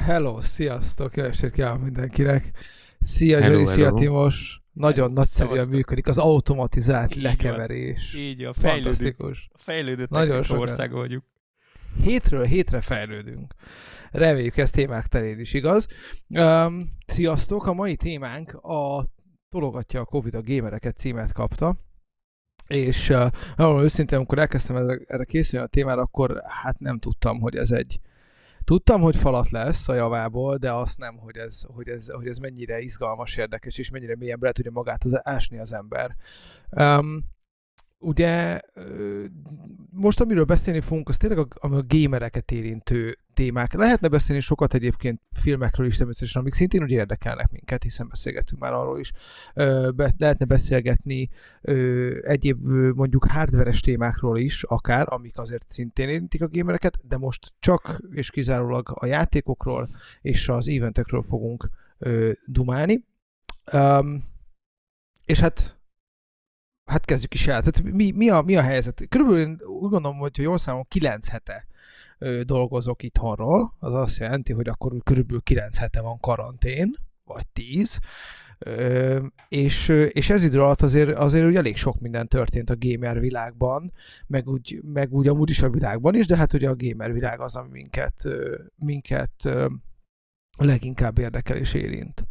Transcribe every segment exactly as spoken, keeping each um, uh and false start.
Hello, sziasztok, jó estét kívánok mindenkinek. Szia Hello, Zsori, szia hello. Timos. Nagyon Hello, nagyszerűen szevasztok. működik az automatizált Így van. lekeverés. Így a fejlődő, Fantasztikus. a fejlődő Nagyon technika sokan. országa vagyunk. Hétről hétre fejlődünk. Reméljük, ez témák terén is igaz. Um, sziasztok, a mai témánk a Tologatja a Covid a gamereket címet kapta. És uh, ahol őszintén, amikor elkezdtem erre, erre készülni a témára, akkor hát nem tudtam, hogy ez egy Tudtam, hogy falat lesz a javából, de azt nem, hogy ez, hogy ez, hogy ez mennyire izgalmas, érdekes, és mennyire mélyen bele tudja magát az, ásni az ember. Um, ugye most amiről beszélni fogunk, az tényleg a, ami a gamereket érintő témák. Lehetne beszélni sokat egyébként filmekről is természetesen, amik szintén ugye érdekelnek minket, hiszen beszélgettünk már arról is. Be, lehetne beszélgetni ö, egyéb mondjuk hardveres témákról is, akár, amik azért szintén érintik a gamereket, de most csak és kizárólag a játékokról és az eventekről fogunk ö, dumálni. Um, és hát Hát kezdjük is el. Tehát mi, mi, a, mi a helyzet? Körülbelül én úgy gondolom, hogy jól számolom, kilenc hete ö, dolgozok itthonról. Az azt jelenti, hogy akkor körülbelül kilenc hete van karantén, vagy tíz. Ö, és, és ez idő alatt azért, azért ugye elég sok minden történt a gamer világban, meg úgy, meg úgy amúgy is a világban is, de hát ugye a gamer világ az, ami minket, minket leginkább érdekel és érint.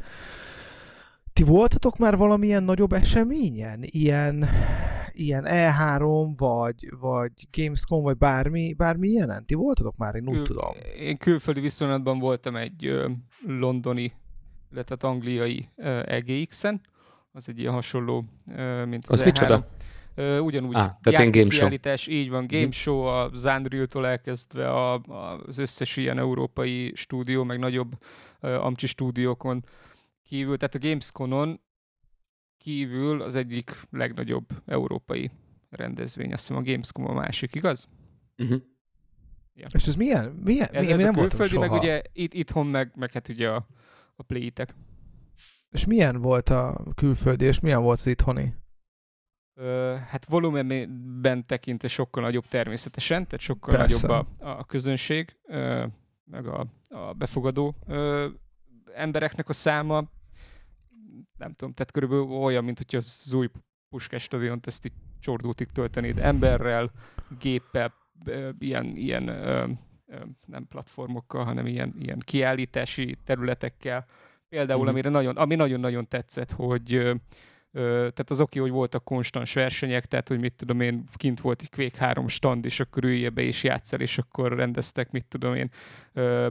Ti voltatok már valamilyen nagyobb eseményen? Ilyen, ilyen E három, vagy, vagy Gamescom, vagy bármi, bármi ilyenen? Ti voltatok már? Én úgy Kül- tudom. Én külföldi viszonylatban voltam egy ö, londoni, illetve angliai ö, E G X-en. Az egy ilyen hasonló, ö, mint az, Az E három. micsoda? Ö, ugyanúgy Ah, tehát ilyen game show. játékkiállítás, így van, game Mhm. show, az Unreal-tól elkezdve a, a, az összes ilyen európai stúdió, meg nagyobb ö, amcsi stúdiókon kívül, tehát a Gamescom-on kívül az egyik legnagyobb európai rendezvény. Azt hiszem a Gamescom a másik, igaz? Uh-huh. És ez milyen? milyen? Ez, Mi, ez mi a nem voltam külföldi, soha. meg ugye itt, itthon meg, meg hát ugye a, a Play-tek. És milyen volt a külföldi, és milyen volt az itthoni? Ö, hát volumenben tekintve sokkal nagyobb természetesen, tehát sokkal Persze. nagyobb a, a közönség, ö, meg a, a befogadó ö, embereknek a száma. Nem tudom, tehát körülbelül olyan, mint hogyha az új Puskás stadiont ezt itt csordultig töltenéd emberrel, géppel, ö, ilyen, ilyen ö, ö, nem platformokkal, hanem ilyen, ilyen kiállítási területekkel. Például, Mhm. amire nagyon, ami nagyon-nagyon tetszett, hogy ö, ö, tehát az oké, hogy voltak konstans versenyek, tehát, hogy mit tudom én, kint volt egy Quake három stand, és akkor üljél be és játsszál, és akkor rendeztek, mit tudom én, ö,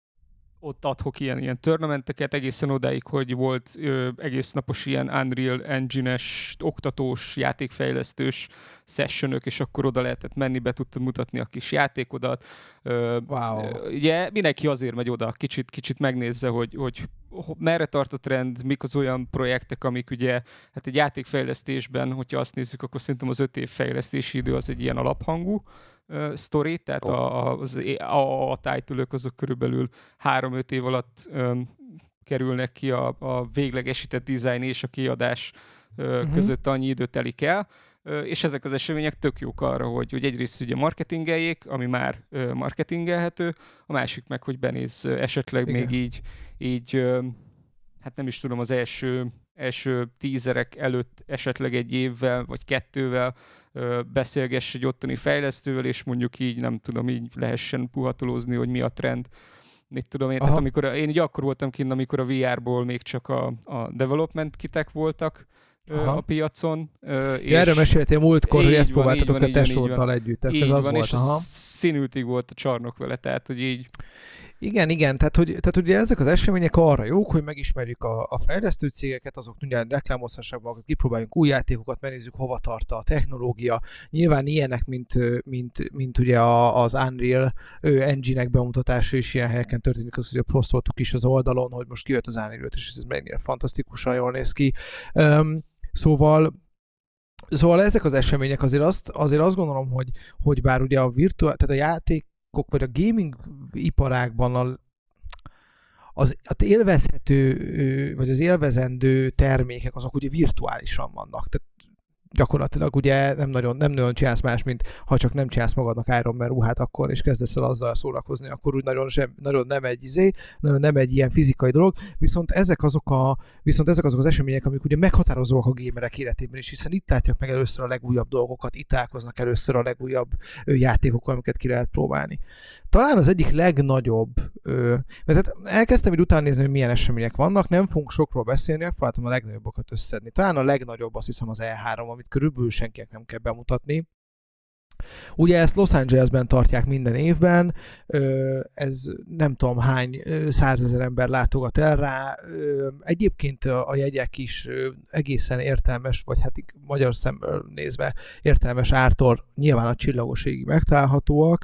ott adhok ilyen, ilyen tournamenteket, egészen odáig, hogy volt ö, egész napos ilyen Unreal Engine-es, oktatós, játékfejlesztős sessionök, és akkor oda lehetett menni, be tudtad mutatni a kis játékodat. Ö, Wow. ö, ugye mindenki azért megy oda, kicsit, kicsit megnézze, hogy, hogy merre tart a trend, mik az olyan projektek, amik ugye, hát egy játékfejlesztésben, hogyha azt nézzük, akkor szerintem az öt év fejlesztési idő az egy ilyen alaphangú uh, sztori, tehát Jó. a, az a, a title-ök azok körülbelül három-öt év alatt um, kerülnek ki a, a véglegesített design és a kiadás uh, Mhm. között annyi idő telik el, uh, és ezek az események tök jók arra, hogy, hogy egyrészt ugye marketingeljék, ami már uh, marketingelhető, a másik meg, hogy benéz uh, esetleg Igen. még így, így uh, hát nem is tudom, az első, első tízerek előtt esetleg egy évvel vagy kettővel ö, beszélgess egy ottani fejlesztővel, és mondjuk így, nem tudom, így lehessen puhatolózni, hogy mi a trend. Mit tudom én, Aha. tehát amikor, én így akkor voltam kint, amikor a vé er-ból még csak a, a development kitek voltak ö, Aha. a piacon. Ö, és Ja, erről meséltél múltkor, hogy így ezt van, próbáltatok így a van, így van, így tesóddal van. együtt. Tehát így ez az van, volt, és aha. a színültig volt a csarnok vele, tehát hogy így Igen, igen, tehát, hogy, tehát ugye ezek az események arra jók, hogy megismerjük a, a fejlesztő cégeket, azok ugye reklámozhassák magukat, kipróbáljunk új játékokat, megnézzük, hova tart a technológia. Nyilván ilyenek, mint, mint, mint ugye a, az Unreal Engine-nek bemutatása is ilyen helyeken történik, az ugye posztoltuk is az oldalon, hogy most kijött az Unreal, és ez mennyire fantasztikusan jól néz ki. Um, szóval Szóval ezek az események azért azt, azért azt gondolom, hogy, hogy bár ugye a virtuál, tehát a játék vagy a gaming iparágban a, az, az élvezhető, vagy az élvezendő termékek azok ugye virtuálisan vannak. Tehát gyakorlatilag ugye nem nagyon, nem nagyon csinálsz más, mint ha csak nem csinálsz magadnak Iron Man ruhát akkor, és kezdesz el azzal szórakozni, akkor úgy nagyon, sem, nagyon nem egy izé, nagyon nem egy ilyen fizikai dolog, viszont ezek azok a, viszont ezek azok az események, amik ugye meghatározóak a gamerek életében is, hiszen itt látják meg először a legújabb dolgokat, itt találkoznak először a legújabb játékokkal, amiket ki lehet próbálni. Talán az egyik legnagyobb, ö, mert hát elkezdtem így utána nézni, hogy milyen események vannak, nem fogunk sokról beszélni, próbáltam a legnagyobbakat összedni. Talán a legnagyobb azt hiszem az E három, amit körülbelül senkinek nem kell bemutatni. Ugye ezt Los Angelesben tartják minden évben, ez nem tudom hány százezer ember látogat el rá, egyébként a jegyek is egészen értelmes, vagy hát magyar szemmel nézve értelmes ártól nyilván a csillagos égig megtalálhatóak.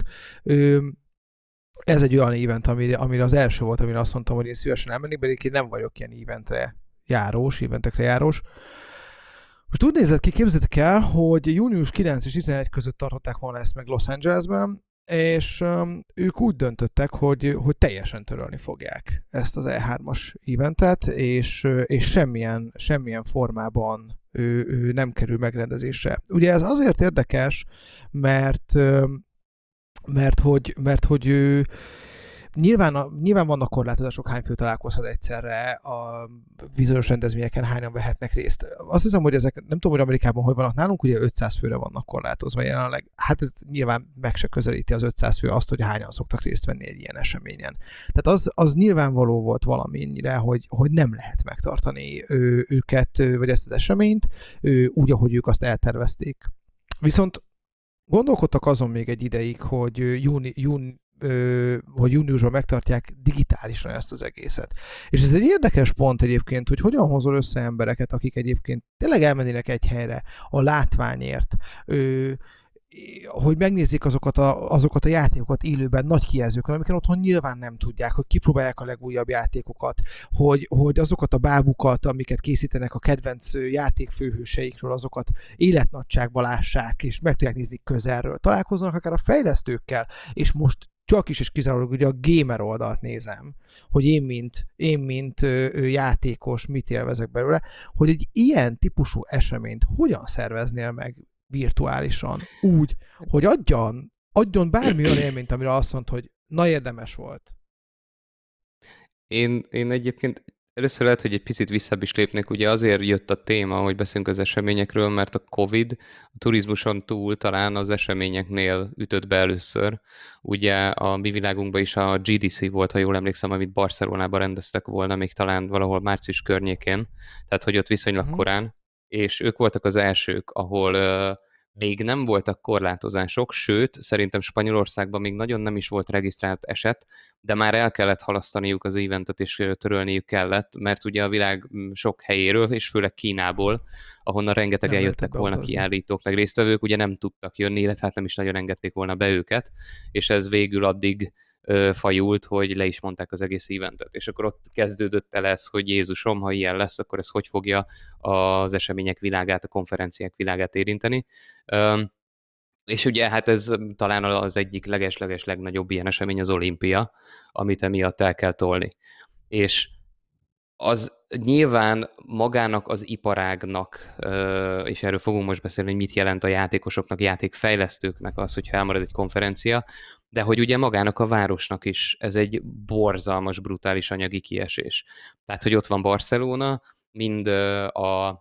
Ez egy olyan event, amire, amire az első volt, amire azt mondtam, hogy én szívesen elmennék, pedig én nem vagyok ilyen eventre járós, eventekre járós. Most úgy nézett ki, képzeljétek el, hogy június kilenc és tizenegy között tartották volna ezt meg Los Angelesben, és um, ők úgy döntöttek, hogy, hogy teljesen törölni fogják ezt az E hármas eventet, és, és semmilyen, semmilyen formában ő, ő nem kerül megrendezésre. Ugye ez azért érdekes, mert, mert hogy, mert hogy ő Nyilván, a, nyilván vannak korlátozások, hány fő találkozhat egyszerre, a bizonyos rendezvényeken hányan vehetnek részt. Azt hiszem, hogy ezek, nem tudom, hogy Amerikában hogy vannak nálunk, ugye ötszáz főre vannak korlátozva jelenleg. Hát ez nyilván meg se közelíti az ötszáz fő azt, hogy hányan szoktak részt venni egy ilyen eseményen. Tehát az, az nyilvánvaló volt valamennyire, hogy, hogy nem lehet megtartani ő, őket, vagy ezt az eseményt ő, úgy, ahogy ők azt eltervezték. Viszont gondolkodtak azon még egy ideig, hogy júni, júni hogy júniusban megtartják digitálisan ezt az egészet. És ez egy érdekes pont egyébként, hogy hogyan hozol össze embereket, akik egyébként tényleg elmennének egy helyre a látványért, hogy megnézzék azokat a, azokat a játékokat élőben, nagy kijelzőkön, amiket otthon nyilván nem tudják, hogy kipróbálják a legújabb játékokat, hogy, hogy azokat a bábukat, amiket készítenek a kedvenc játékfőhőseikről, azokat életnagyságban lássák, és meg tudják nézni közelről. Találkoznak akár a fejlesztőkkel, és most csak is és kizárólag ugye a gamer oldalt nézem, hogy én mint, én mint ö, ö, játékos mit élvezek belőle, hogy egy ilyen típusú eseményt hogyan szerveznél meg virtuálisan, úgy, hogy adjon, adjon bármi olyan élményt, amire azt mondta, hogy na érdemes volt. Én, én egyébként először lehet, hogy egy picit visszább is lépnék, ugye azért jött a téma, hogy beszélünk az eseményekről, mert a Covid a turizmuson túl talán az eseményeknél ütött be először. Ugye a mi világunkban is a gé dé cé volt, ha jól emlékszem, amit Barcelonában rendeztek volna, még talán valahol március környékén, tehát hogy ott viszonylag uh-huh. korán, és ők voltak az elsők, ahol uh, még nem voltak korlátozások, sőt, szerintem Spanyolországban még nagyon nem is volt regisztrált eset, de már el kellett halasztaniuk az eventet, és törölniük kellett, mert ugye a világ sok helyéről, és főleg Kínából, ahonnan rengetegen jöttek volna kiállítók, meg résztvevők, ugye nem tudtak jönni, illetve hát nem is nagyon engedték volna be őket, és ez végül addig ö, fajult, hogy le is mondták az egész eventet. És akkor ott kezdődött el ez, hogy Jézusom, ha ilyen lesz, akkor ez hogy fogja az események világát, a konferenciák világát érinteni. Ö, És ugye hát ez talán az egyik leges-leges legnagyobb ilyen esemény az olimpia, amit emiatt el kell tolni. És az nyilván magának az iparágnak, és erről fogunk most beszélni, hogy mit jelent a játékosoknak, játékfejlesztőknek az, hogyha elmarad egy konferencia, de hogy ugye magának a városnak is ez egy borzalmas, brutális anyagi kiesés. Tehát, hogy ott van Barcelona, mind a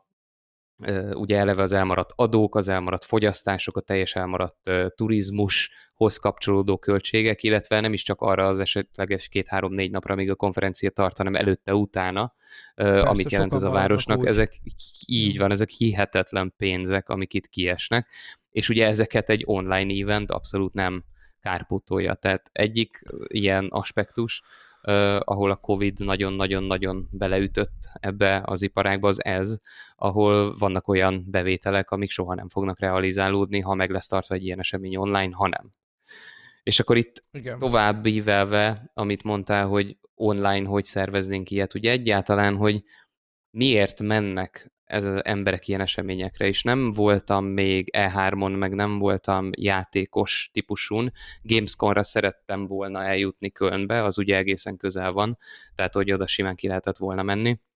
ugye eleve az elmaradt adók, az elmaradt fogyasztások, a teljes elmaradt uh, turizmushoz kapcsolódó költségek, illetve nem is csak arra az esetleges két-három-négy napra, amíg a konferencia tart, hanem előtte-utána, uh, Persze, amit jelent ez a városnak. Úgy. Ezek így van, ezek hihetetlen pénzek, amik itt kiesnek, és ugye ezeket egy online event abszolút nem kárpótolja. Tehát egyik ilyen aspektus, Uh, ahol a Covid nagyon-nagyon-nagyon beleütött ebbe az iparágba, az ez, ahol vannak olyan bevételek, amik soha nem fognak realizálódni, ha meg lesz tartva egy ilyen esemény online, ha nem. És akkor itt Igen. tovább ívelve, amit mondtál, hogy online hogy szerveznénk ilyet, ugye egyáltalán, hogy miért mennek ez az emberek ilyen eseményekre, és nem voltam még E hármon, meg nem voltam játékos típusún, Gamescomra szerettem volna eljutni Kölnbe, az ugye egészen közel van, tehát hogy oda simán ki lehetett volna menni,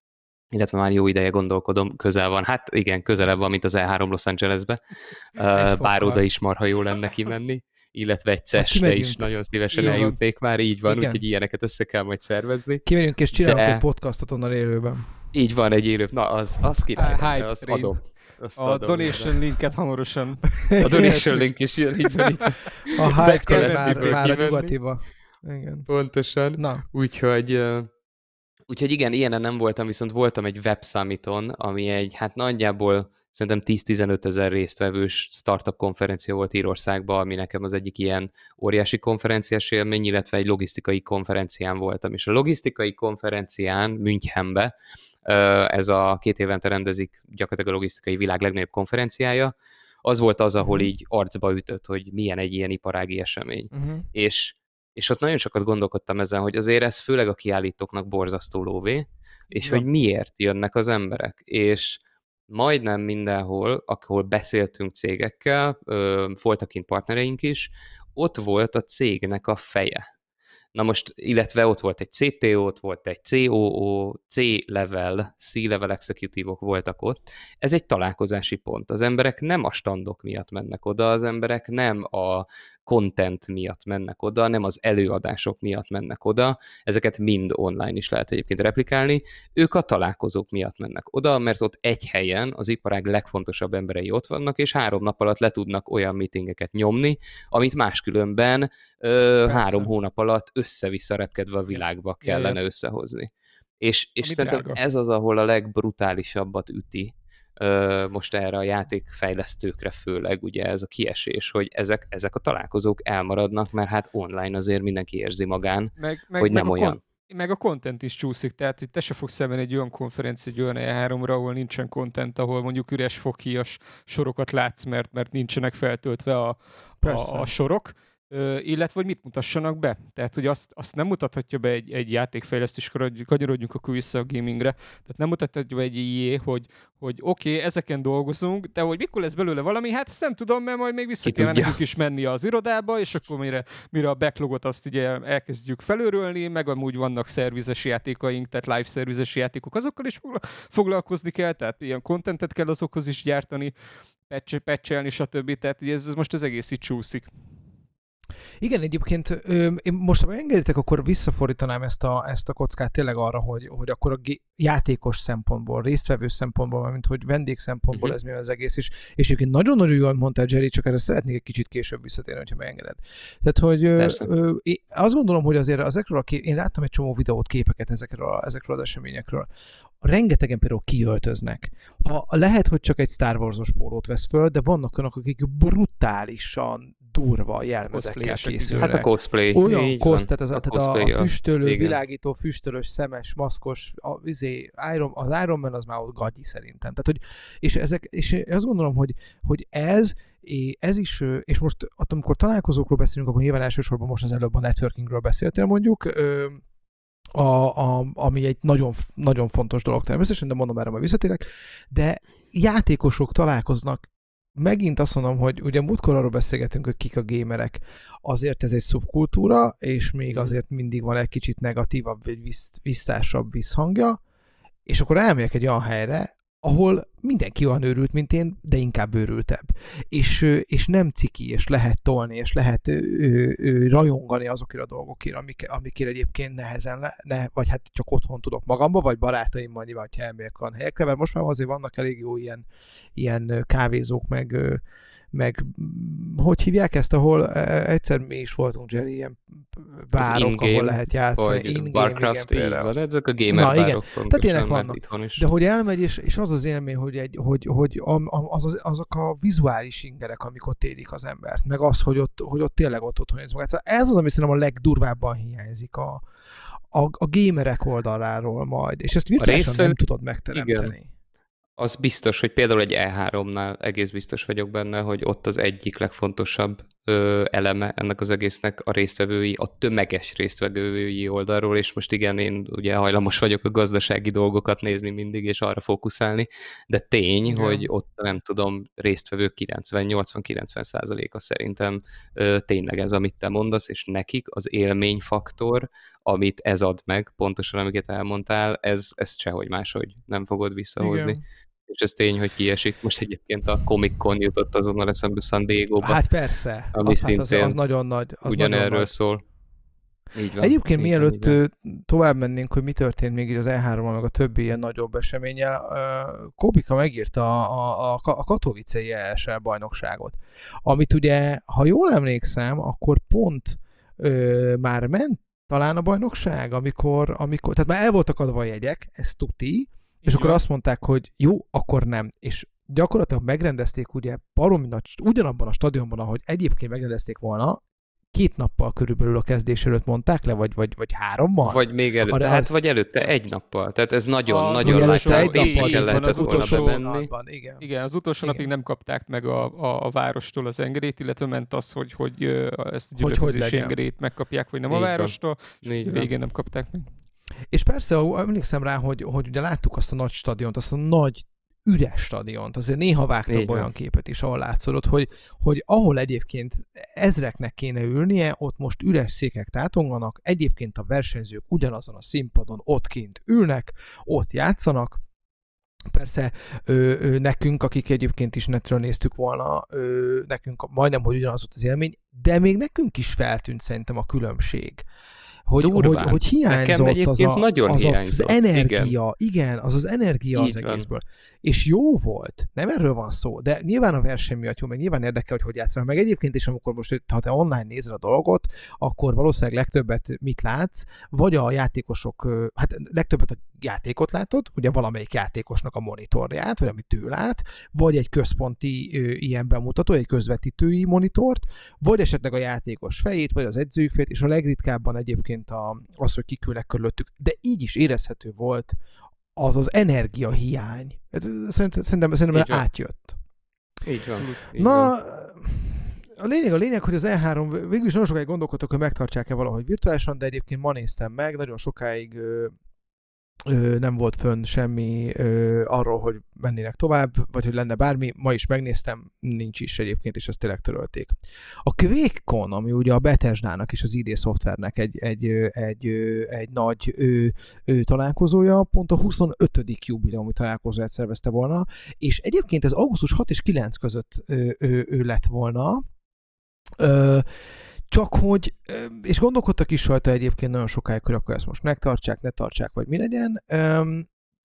illetve már jó ideje gondolkodom, közel van. Hát igen, közelebb van, mint az E három Los Angelesbe. Uh, bár oda is marha jó lenne kimenni, illetve egy cestre is nagyon szívesen Jó van. eljutnék már, így van, Igen. úgyhogy ilyeneket össze kell majd szervezni. Kimegyünk és csinálunk De- egy podcastot onnan élőben. Így van, egy élő, na az, az király, Hype lenne, azt train. adom. Azt A adom, donation linket hamarosan. A donation link is jön, így van. Így. A hype kell train ezt már, ebből már a kivenni. nyugatiba. Igen. Pontosan. Na, Úgyhogy, uh, úgyhogy igen, ilyenen nem voltam, viszont voltam egy Web Summiton, ami egy, hát nagyjából szerintem tíz-tizenöt ezer résztvevős startup konferencia volt Írországban, ami nekem az egyik ilyen óriási konferenciás élmény, illetve egy logisztikai konferencián voltam. És a logisztikai konferencián Münchenbe, uh, ez a két évente rendezik gyakorlatilag a logisztikai világ legnagyobb konferenciája, az volt az, ahol így arcba ütött, hogy milyen egy ilyen iparági esemény. uh-huh. És és ott nagyon sokat gondolkodtam ezen, hogy azért ez főleg a kiállítóknak borzasztó lóvé, és Ja. hogy miért jönnek az emberek. És majdnem mindenhol, ahol beszéltünk cégekkel, ö, voltak kint partnereink is, ott volt a cégnek a feje. Na most, illetve ott volt egy cé té o, ott volt egy cé o o, C-level, C-level executívok voltak ott. Ez egy találkozási pont. Az emberek nem a standok miatt mennek oda, az emberek nem a content miatt mennek oda, nem az előadások miatt mennek oda, ezeket mind online is lehet egyébként replikálni, ők a találkozók miatt mennek oda, mert ott egy helyen az iparág legfontosabb emberei ott vannak, és három nap alatt le tudnak olyan meetingeket nyomni, amit máskülönben ö, három hónap alatt össze-vissza repkedve a világba kellene Ja, ja. összehozni. És, és Ami szerintem drága. ez az, ahol a legbrutálisabbat üti ö, most erre a játékfejlesztőkre főleg, ugye ez a kiesés, hogy ezek, ezek a találkozók elmaradnak, mert hát online azért mindenki érzi magán, Meg, meg, hogy meg nem a olyan. Kon- meg a content is csúszik, tehát hogy te se fogsz elmenni egy olyan konferencia, egy olyan E háromra, ahol nincsen content, ahol mondjuk üres foghíjas sorokat látsz, mert, mert nincsenek feltöltve a, Persze. a, a sorok, Ö, illetve hogy mit mutassanak be. Tehát, hogy azt, azt nem mutathatja be egy, egy játékfejlesztés, kanyarodjunk akkor vissza a gamingre, tehát nem mutathatja be egy i á, hogy, hogy oké, okay, ezeken dolgozunk, de hogy mikor lesz belőle valami, hát ezt nem tudom, mert majd még vissza Ki kell tudja. nekünk is menni az irodába, és akkor mire, mire a backlogot azt ugye elkezdjük felőrölni, meg amúgy vannak szervizes játékaink, tehát live szervizes játékok, azokkal is fogla- foglalkozni kell, tehát ilyen contentet kell azokhoz is gyártani, patch- patchelni, stb. Tehát ugye ez, ez most az egész itt csúszik. Igen, egyébként ö, én most, ha engeditek, akkor visszafordítanám ezt a, ezt a kockát tényleg arra, hogy, hogy akkor a g- játékos szempontból, résztvevő szempontból, mint hogy vendég szempontból Mhm. ez mi az egész, és, és egyébként nagyon-nagyon jól mondtál, Jerry, csak erre szeretnék egy kicsit később visszatérni, hogyha megengeded. Tehát, hogy ö, Persze. ö, én azt gondolom, hogy azért ezekről a kép, én láttam egy csomó videót, képeket ezekről, a, ezekről az eseményekről. Rengetegen például kiöltöznek. Ha lehet, hogy csak egy Star Wars-os pólót vesz föl, de vannak olyanok, akik brutálisan durva jelmezekkel Cosplayesek, igen. készülnek. Hát a cosplay. Olyan így kosz, van. tehát, az, A tehát a, cosplay, a füstölő, igen. világító, füstölös, szemes, maszkos, a, izé, Iron, az Iron Man az már ott gagyi szerintem. Tehát, hogy, és, ezek, és én azt gondolom, hogy, hogy ez, ez is, és most amikor találkozókról beszélünk, akkor nyilván elsősorban most az előbb a networkingről beszéltél mondjuk, a, a, ami egy nagyon, nagyon fontos dolog természetesen, de mondom, erre majd visszatérek, de játékosok találkoznak. Megint azt mondom, hogy ugye múltkor arról beszélgetünk, hogy kik a gamerek. Azért ez egy szubkultúra, és még azért mindig van egy kicsit negatívabb, vagy vissz, visszásabb visszhangja, és akkor elmegyek egy olyan helyre, ahol mindenki olyan őrült, mint én, de inkább őrültebb. És, és nem ciki, és lehet tolni, és lehet ő, ő, rajongani azokért a dolgokért, amik, amikért egyébként nehezen, le, ne, vagy hát csak otthon tudok magamba, vagy barátaimmal nyilván, ha elmegyek olyan helyekre, mert most már azért vannak elég jó ilyen, ilyen kávézók, meg, meg hogy hívják ezt, ahol egyszer mi is voltunk, Jerry, ilyen bárok, ahol lehet játszani. In-game, Warcraft, igen, így van, ezek a gamer Na, bárok. igen. Tehát ilyenek vannak. Itthon is. De hogy elmegy, és, és az az élmény, hogy, egy, hogy, hogy az, az, azok a vizuális ingerek, amik ott érik az embert, meg az, hogy ott, hogy ott tényleg ott otthon érzi magát. Szóval ez az, ami szerintem a legdurvábban hiányzik a, a, a gamerek oldaláról majd, és ezt virtuálisan résztvevő... nem tudod megteremteni. Igen. Az biztos, hogy például egy E háromnál egész biztos vagyok benne, hogy ott az egyik legfontosabb ö, eleme ennek az egésznek a résztvevői, a tömeges résztvevői oldalról, és most igen, én ugye hajlamos vagyok a gazdasági dolgokat nézni mindig, és arra fókuszálni, de tény, Igen. hogy ott nem tudom, résztvevők kilencven-nyolcvan-kilencven százaléka szerintem ö, tényleg ez, amit te mondasz, és nekik az élményfaktor, amit ez ad meg, pontosan amiket elmondtál, ez, ez sehogy máshogy nem fogod visszahozni. Igen. És ez tény, hogy kiesik. Most egyébként a Comic-Con jutott azonnal eszembe San Diego-ba, Hát persze, ami az, hát az, szintén az nagyon nagy. Az nagyon ugyanerről nagy. szól. Így van. Egyébként így mielőtt van, így ö, tovább mennénk, hogy mi történt még így az E hárommal, meg a többi ilyen nagyobb eseménnyel, uh, Kobika megírta a, a, a Katowicei E S L bajnokságot, amit ugye, ha jól emlékszem, akkor pont ö, már ment talán a bajnokság, amikor, amikor, tehát már el voltak adva a jegyek, ez tuti, és Így akkor van. azt mondták, hogy jó, akkor nem. És gyakorlatilag megrendezték ugye baromi nagy, ugyanabban a stadionban, ahogy egyébként megrendezték volna, két nappal körülbelül a kezdés előtt mondták le, vagy, vagy, vagy hárommal? Vagy még előtte, Arra hát az- vagy előtte egy nappal. Tehát ez nagyon, Az nagyon utolsó- látszik, egy hogy nappal, el így van, lehetett az volna utolsó bemenni. pillanatban, igen. Igen, az utolsó Igen. napig nem kapták meg a, a, a várostól az engedélyt, illetve ment az, hogy, hogy ö, ezt a Hogy- hogy gyülekezési legyen. engedélyt megkapják, vagy nem Így a van. várostól, és Így a van. végén nem kapták meg. És persze, ahol emlékszem rá, hogy, hogy ugye láttuk azt a nagy stadiont, azt a nagy üres stadiont, azért néha vágtak Így van. olyan képet is, ahol látszódott, hogy, hogy ahol egyébként ezreknek kéne ülnie, ott most üres székek tátonganak, egyébként a versenyzők ugyanazon a színpadon ott kint ülnek, ott játszanak. Persze ö, ö, nekünk, akik egyébként is netről néztük volna, ö, nekünk majdnem, hogy ugyanaz volt az élmény, de még nekünk is feltűnt szerintem a különbség. Hogy, hogy, Durván. hogy hiányzott Nekem az, egyébként a, nagyon az, az hiányzott, energia, igen. igen, az az energia Így az van. egészből. És jó volt, nem erről van szó, de nyilván a verseny miatt jó, meg nyilván érdekel, hogy hogy játszanak. Meg egyébként is, amikor most, ha te online nézed a dolgot, akkor valószínűleg legtöbbet mit látsz, vagy a játékosok, ö, hát legtöbbet a játékot látod, ugye valamelyik játékosnak a monitorját, vagy amit ő lát, vagy egy központi ö, ilyen bemutató, egy közvetítői monitort, vagy esetleg a játékos fejét, vagy az edzőjük fejét, és a legritkábban egyébként a, az, hogy kik ülnek körülöttük. De így is érezhető volt az az energiahiány. Ez- Szerintem, szerintem, szerintem Így van. átjött. Így van. Így Na, van. a lényeg, a lényeg, hogy az E három, végül is nagyon sokáig gondolkodtak, hogy megtartsák-e valahogy virtuálisan, de egyébként ma néztem meg, nagyon sokáig ö, ö, nem volt fönn semmi ö, arról, hogy mennének tovább, vagy hogy lenne bármi. Ma is megnéztem, nincs is egyébként, és ezt tényleg törölték. A QuakeCon, ami ugye a Bethesdának és az i dé Softwarenek egy, egy, ö, egy, ö, egy nagy ö, ö, találkozója, pont a huszonötödik jubileumi találkozóját szervezte volna, és egyébként ez augusztus hat és kilenc között ö, ö, ö, lett volna, Ö, csak hogy, ö, és gondolkodtak is rajta egyébként nagyon sokáig, hogy akkor ezt most megtartsák, ne tartsák, vagy mi legyen. Ö,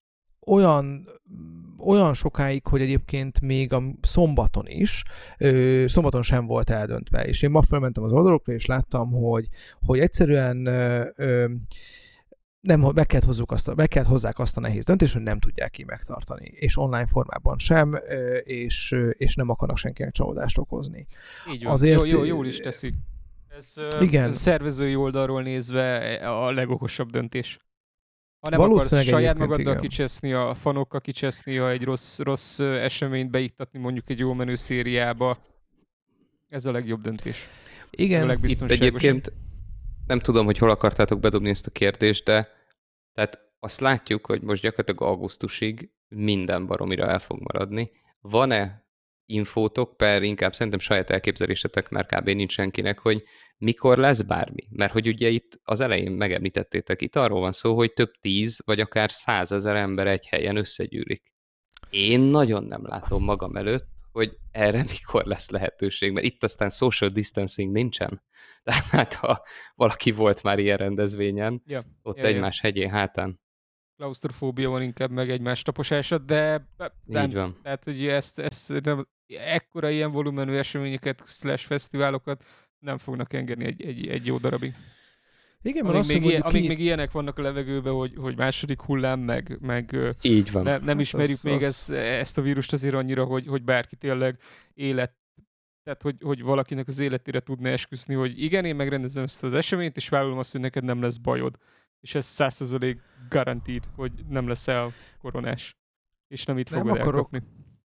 olyan, olyan sokáig, hogy egyébként még a szombaton is, ö, szombaton sem volt eldöntve, és én ma felmentem az oldalokra, és láttam, hogy, hogy egyszerűen ö, ö, nem, meg kellett, hozzuk azt a, meg kellett hozzák azt a nehéz döntést, hogy nem tudják ki megtartani, és online formában sem, ö, és, ö, és nem akarnak senkinek csalódást okozni. Így van. Azért- Jó, jó, jól is teszik. Ez, ö, Igen. ez a szervezői oldalról nézve a legokosabb döntés. Ha nem Valószínűleg akarsz saját egyébként magaddal igen. kicseszni, a fanokkal kicseszni, ha egy rossz, rossz ö, eseményt beiktatni mondjuk egy jó menő szériába, ez a legjobb döntés. Ez a Igen, Itt legbiztonságosabb. egyébként nem tudom, hogy hol akartátok bedobni ezt a kérdést, de tehát azt látjuk, hogy most gyakorlatilag augusztusig minden baromira el fog maradni. Van-e infótok, per inkább szerintem saját elképzelésetek, mert kb. Nincs senkinek, hogy mikor lesz bármi? Mert hogy ugye itt az elején megemlítettétek, itt arról van szó, hogy több tíz, vagy akár százezer ember egy helyen összegyűlik. Én nagyon nem látom magam előtt, hogy erre mikor lesz lehetőség, mert itt aztán social distancing nincsen. Tehát ha valaki volt már ilyen rendezvényen, Ja, ott ja, ja. egymás hegyén hátán. Klausztrofóbia van inkább, meg egymás taposása, de, de Így van. tehát ugye ezt, ezt nem, ekkora ilyen volumenű eseményeket, slash fesztiválokat nem fognak engedni egy, egy, egy jó darabig. igen, mert Amíg, azt még, mondjuk, ilyen, hogy amíg ki... még ilyenek vannak a levegőben, hogy, hogy második hullám, meg, meg ö, Így van. ne, nem Hát ismerjük az- még az- Ezt, ezt a vírust azért annyira, hogy, hogy bárki tényleg élet, tehát hogy, hogy valakinek az életére tudna esküszni, hogy igen, én megrendezem ezt az eseményt, és vállalom azt, hogy neked nem lesz bajod. És ez száz százalék guaranteed, hogy nem leszel koronás. És nem itt Nem fogod akarok- elkapni.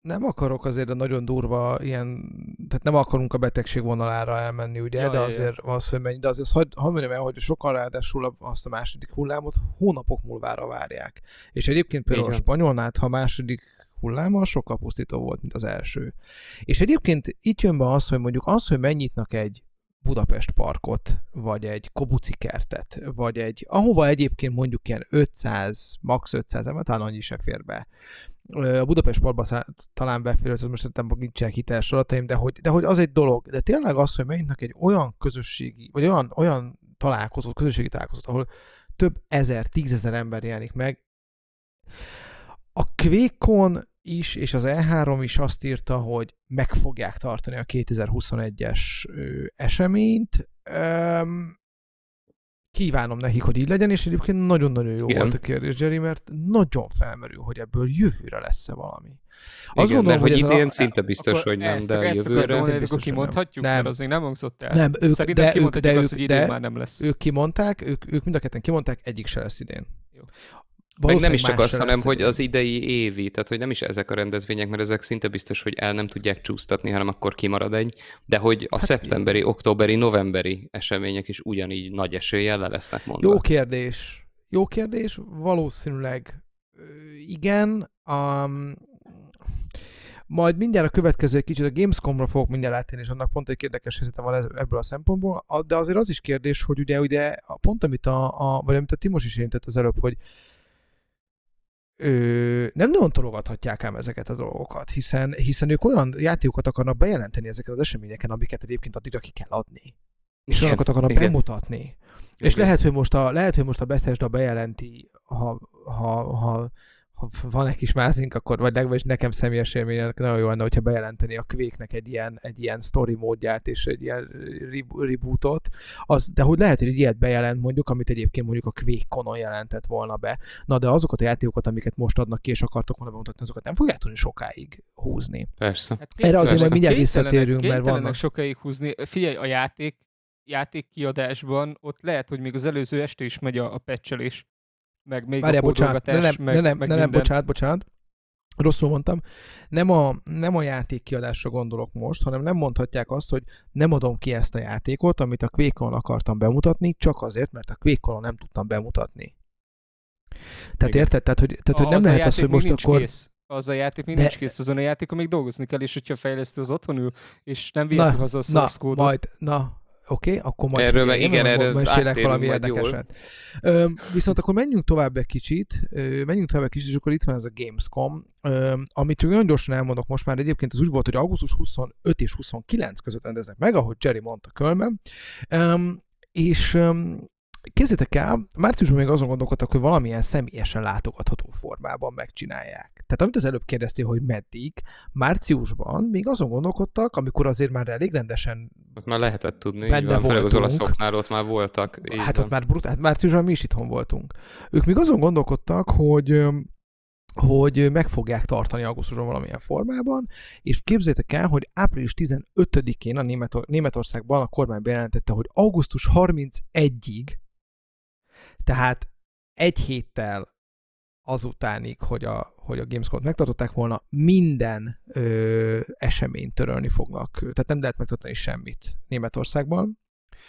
nem akarok azért a nagyon durva ilyen, tehát nem akarunk a betegség vonalára elmenni, ugye, Ja, de ja, azért ja. az, hogy mennyi, de azért hadd had mondjam el, hogy sokan ráadásul azt a második hullámot hónapok múlvára várják. És egyébként például a Igen. spanyolnál, ha a második hulláma sokkal pusztító volt, mint az első. És egyébként itt jön be az, hogy mondjuk az, hogy megnyitnak egy Budapest parkot, vagy egy Kobuci kertet, vagy egy, ahova egyébként mondjuk ilyen ötszáz, max. ötszáz ember, talán annyi se fér be. A Budapest parkba szá- talán befér, ez most nem nincsenek hiteles adataim, de hogy, de hogy az egy dolog. De tényleg az, hogy megnyitnak egy olyan közösségi, vagy olyan, olyan találkozót, közösségi találkozót, ahol több ezer, tízezer ember jelenik meg. A Quake-on is, és az E három is azt írta, hogy meg fogják tartani a kétezer-huszonegyes ö, eseményt. Öm, kívánom nekik, hogy így legyen, és egyébként nagyon-nagyon jó Igen. volt a kérdés, Jerry, mert nagyon felmerül, hogy ebből jövőre lesz-e valami. Azt Igen, mert hogy ez idén a... szinte biztos, Akkor hogy nem, ezt, de ezt jövőre... Mondani, biztos, akkor hogy nem. kimondhatjuk, Nem. mert az még nem hangzott el. Nem, ők, Szerintem de ők, kimondhatjuk de azt, ők, hogy idén de már nem lesz. ők kimondták, ők, ők mind a ketten kimondták, egyik se lesz idén. Jó. Meg nem is Valószínűleg csak más az, se hanem lesz hogy idén. az idei évi, tehát hogy nem is ezek a rendezvények, mert ezek szinte biztos, hogy el nem tudják csúsztatni, hanem akkor kimarad egy, de hogy a Hát szeptemberi, októberi, novemberi események is ugyanígy nagy eséllyel le lesznek mondva. Jó kérdés. Jó kérdés, valószínűleg ö, igen. Um, majd mindjárt a következő egy kicsit a Gamescomra fogok mindjárt átérni, és annak pont egy érdekes helyzetem van ez- ebből a szempontból, A- de azért az is kérdés, hogy ugye, ugye a- pont amit a, a, vagy amit a Timos is érintett az előbb, hogy ö, nem nagyon tologathatják ám ezeket a dolgokat, hiszen, hiszen ők olyan játékokat akarnak bejelenteni ezeken az eseményeken, amiket egyébként addigra ki kell adni. És Igen, olyanokat akarnak igen. bemutatni. És Igen. lehet, hogy most a, lehet, hogy most a Bethesda bejelenti, ha, ha, ha, ha van egy kis mázink, akkor vagy legalábbis nekem személyes élménynek nagyon jó lenne, hogyha bejelenteni a Quake-nek egy ilyen, egy ilyen story módját és egy ilyen re- rebootot. Az, de hogy lehet, hogy egy ilyet bejelent mondjuk, amit egyébként mondjuk a Quake-konon jelentett volna be. Na de azokat a játékokat, amiket most adnak ki és akartok volna bemutatni, azokat nem fogják tudni sokáig húzni. Persze. Hát Erre azért majd mindjárt kénytelenek- visszatérünk, mert kénytelenek vannak. sokáig húzni. Figyelj, a játék, játék kiadásban ott lehet, hogy még az előző este is megy a, a patchelés, meg még Várjál, a bocsánat, ne, kódolgatás, nem, meg, ne, nem, meg ne, nem, minden. bocsánat, bocsánat. Rosszul mondtam. Nem a, nem a játék kiadásra gondolok most, hanem nem mondhatják azt, hogy nem adom ki ezt a játékot, amit a Quake-on akartam bemutatni, csak azért, mert a Quake-on nem tudtam bemutatni. Tehát Igen. érted? Tehát, hogy, tehát, hogy A- nem az a lehet az, játék hogy még most nincs akkor... Kész. Az a játék még De- nincs kész, azon a játékon még dolgozni kell, és hogyha a fejlesztő az otthon ül, és nem viheti haza a na, source kódot. majd, na, oké, okay, akkor majd Erről figyelj, meg- igen, én erről mesélek áttérünk valami majd jól. érdekeset. Ö, viszont akkor menjünk tovább egy kicsit, ö, menjünk tovább egy kicsit, és akkor itt van ez a Gamescom, ö, amit csak nagyon gyorsan elmondok most már, egyébként az úgy volt, hogy augusztus huszonöt és huszonkilenc között rendeznek meg, ahogy Jerry mondta Kölnben, ö, és ö, képzeljétek el, márciusban még azon gondolkodtak, hogy valamilyen személyesen látogatható formában megcsinálják. Tehát amit az előbb kérdeztél, hogy meddig, márciusban még azon gondolkodtak, amikor azért már elég rendesen, Ott már lehetett tudni, így Benne van, főleg az voltunk. olaszoknál ott már voltak. így hát van. ott már brutál, hát márciusban mi is itthon voltunk. Ők még azon gondolkodtak, hogy öm, hogy meg fogják tartani augusztusban valamilyen formában, és képzeljétek el, hogy április tizenötödikén a Német- Németországban a kormány bejelentette, hogy augusztus harmincegyedikéig, tehát egy héttel azutánig, hogy a, hogy a Gamescom-t megtartották volna, minden ö, eseményt törölni fognak. Tehát nem lehet megtartani semmit Németországban.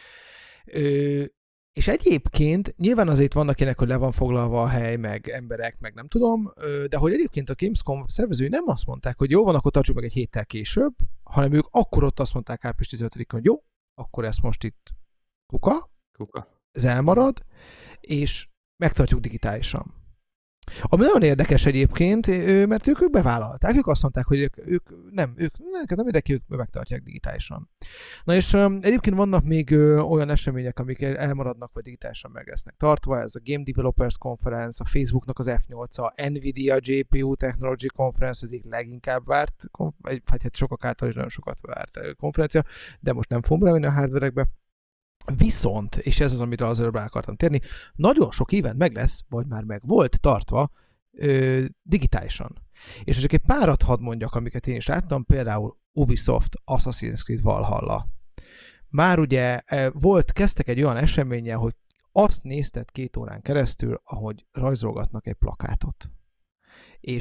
Ö, és egyébként nyilván azért vannak ilyenek, hogy le van foglalva a hely, meg emberek, meg nem tudom, ö, de hogy egyébként a Gamescom szervezői nem azt mondták, hogy jó, van, akkor tartsuk meg egy héttel később, hanem ők akkor ott azt mondták április tizenötödikén, hogy jó, akkor ezt most itt kuka, Kuka. ez elmarad, és megtartjuk digitálisan. Ami nagyon érdekes egyébként, ö, mert ők, ők bevállalták, ők azt mondták, hogy ők, ők nem, ők nem, nem érdekli, ők megtartják digitálisan. Na és ö, egyébként vannak még ö, olyan események, amik el- elmaradnak, vagy digitálisan meg lesznek tartva, ez a Game Developers Conference, a Facebooknak az F nyolc, a Nvidia G P U Technology Conference, az egyik leginkább várt, konf- vagy vagy hát sokak által is nagyon sokat várt ö, konferencia, de most nem fogom belemenni a hardverekbe. Viszont, és ez az, amire az előbb rá akartam térni, nagyon sok event meg lesz, vagy már meg volt tartva ö, digitálisan. És csak egy párat hadd mondjak, amiket én is láttam, például Ubisoft Assassin's Creed Valhalla. Már ugye volt, kezdtek egy olyan eseménnyel, hogy azt nézted két órán keresztül, ahogy rajzolgatnak egy plakátot. És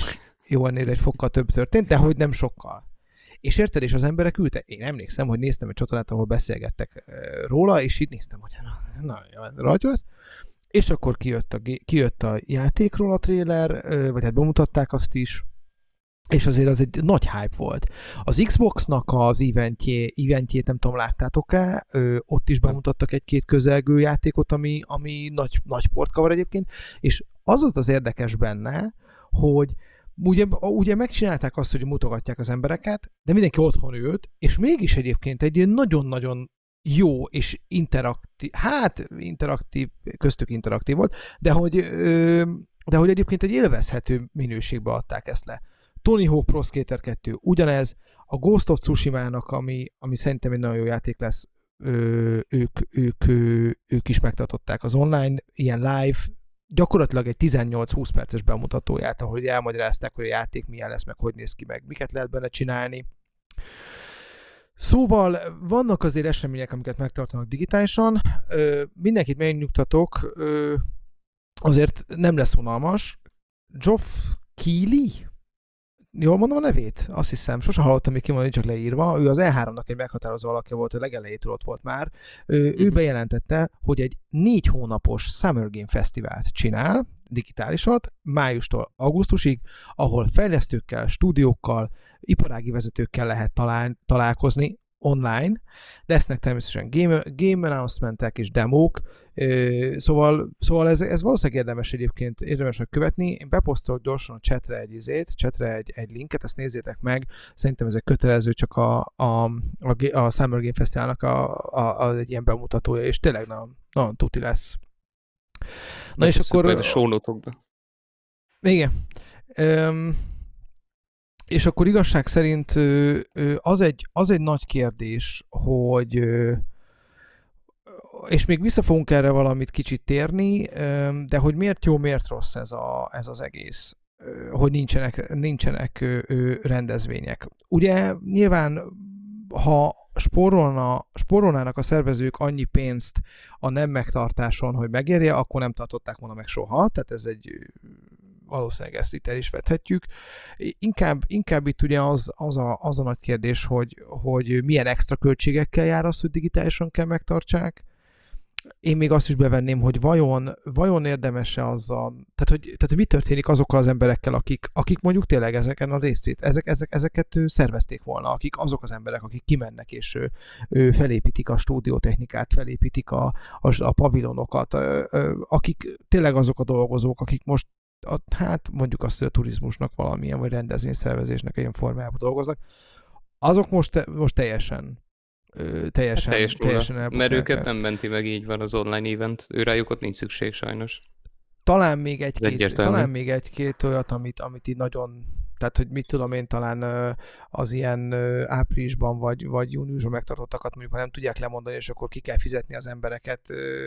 jó, ennél egy fokkal több történt, de hogy nem sokkal. És érted, és az emberek ültek. Én emlékszem, hogy néztem egy csatornát, ahol beszélgettek róla, és így néztem, hogy na, na jó, rajta ez. És akkor kijött a, kijött a játékról a trailer, vagy hát bemutatták azt is, és azért az egy nagy hype volt. Az Xboxnak az eventjé, eventjét nem tudom, láttátok-e, Ö, ott is bemutattak egy-két közelgő játékot, ami, ami nagy, nagy sportkavar egyébként, és az volt az érdekes benne, hogy ugye, ugye megcsinálták azt, hogy mutogatják az embereket, de mindenki otthon ült, és mégis egyébként egy nagyon-nagyon jó és interaktív, hát interaktív, köztük interaktív volt, de hogy, de hogy egyébként egy élvezhető minőségbe adták ezt le. Tony Hawk Pro Skater kettő ugyanez, a Ghost of Tsushima-nak, ami, ami szerintem egy nagyon jó játék lesz, ők, ők, ők is megtartották az online, ilyen live, gyakorlatilag egy tizennyolc-húsz perces bemutatóját, ahol elmagyarázták, hogy a játék milyen lesz, meg hogy néz ki, meg miket lehet benne csinálni. Szóval vannak azért események, amiket megtartanak digitálisan. Ö, mindenkit megnyugtatok, ö, azért nem lesz unalmas. Geoff Keighley? Jól mondom a nevét? Azt hiszem, sose hallottam még kimondani, csak leírva. Ő az E háromnak egy meghatározó alakja volt, a legelejétől ott volt már. Ő, mm-hmm. ő bejelentette, hogy egy négy hónapos Summer Game Fesztivált csinál, digitálisat, májustól augusztusig, ahol fejlesztőkkel, stúdiókkal, iparági vezetőkkel lehet talál, találkozni online. Lesznek természetesen game, game announcementek és demók, szóval, szóval ez, ez valószínűleg érdemes egyébként érdemes követni. Én beposztolok gyorsan a chatre egy izét, chatre egy, egy linket, ezt nézzétek meg. Szerintem ez egy kötelező, csak a, a, a, a Summer Game Festivalnak a, a, a, egy ilyen bemutatója, és tényleg nagyon, nagyon tuti lesz. Na és akkor... A show note-okba. Igen. Um, és akkor igazság szerint az egy, az egy nagy kérdés, hogy és még vissza fogunk erre valamit kicsit térni, de hogy miért jó, miért rossz ez, a, ez az egész, hogy nincsenek, nincsenek rendezvények. Ugye nyilván, ha spórolna, spórolnának a szervezők annyi pénzt a nem megtartáson, hogy megérje, akkor nem tartották volna meg soha, tehát ez egy valószínűleg ezt itt el is vethetjük. Inkább, inkább itt ugye az, az, a, az a nagy kérdés, hogy, hogy milyen extra költségekkel jár az, hogy digitálisan kell megtartsák. Én még azt is bevenném, hogy vajon, vajon érdemes-e azzal, tehát hogy, tehát hogy mi történik azokkal az emberekkel, akik, akik mondjuk tényleg ezeken a résztvét, ezek, ezek, ezeket szervezték volna, akik azok az emberek, akik kimennek és ő, ő felépítik a stúdiótechnikát, felépítik a, a, a pavilonokat, akik tényleg azok a dolgozók, akik most A, hát mondjuk azt, hogy a turizmusnak valamilyen, vagy rendezvényszervezésnek ilyen formájában dolgoznak, azok most, most teljesen teljesen, hát teljes teljesen mert őket ezt. Nem menti meg, így van az online event, őrájuk ott nincs szükség sajnos. Talán még egy-két, talán még egy-két olyat, amit, amit így nagyon, tehát hogy mit tudom én, talán az ilyen áprilisban vagy, vagy júniusban megtartottakat mondjuk már nem tudják lemondani, és akkor ki kell fizetni az embereket,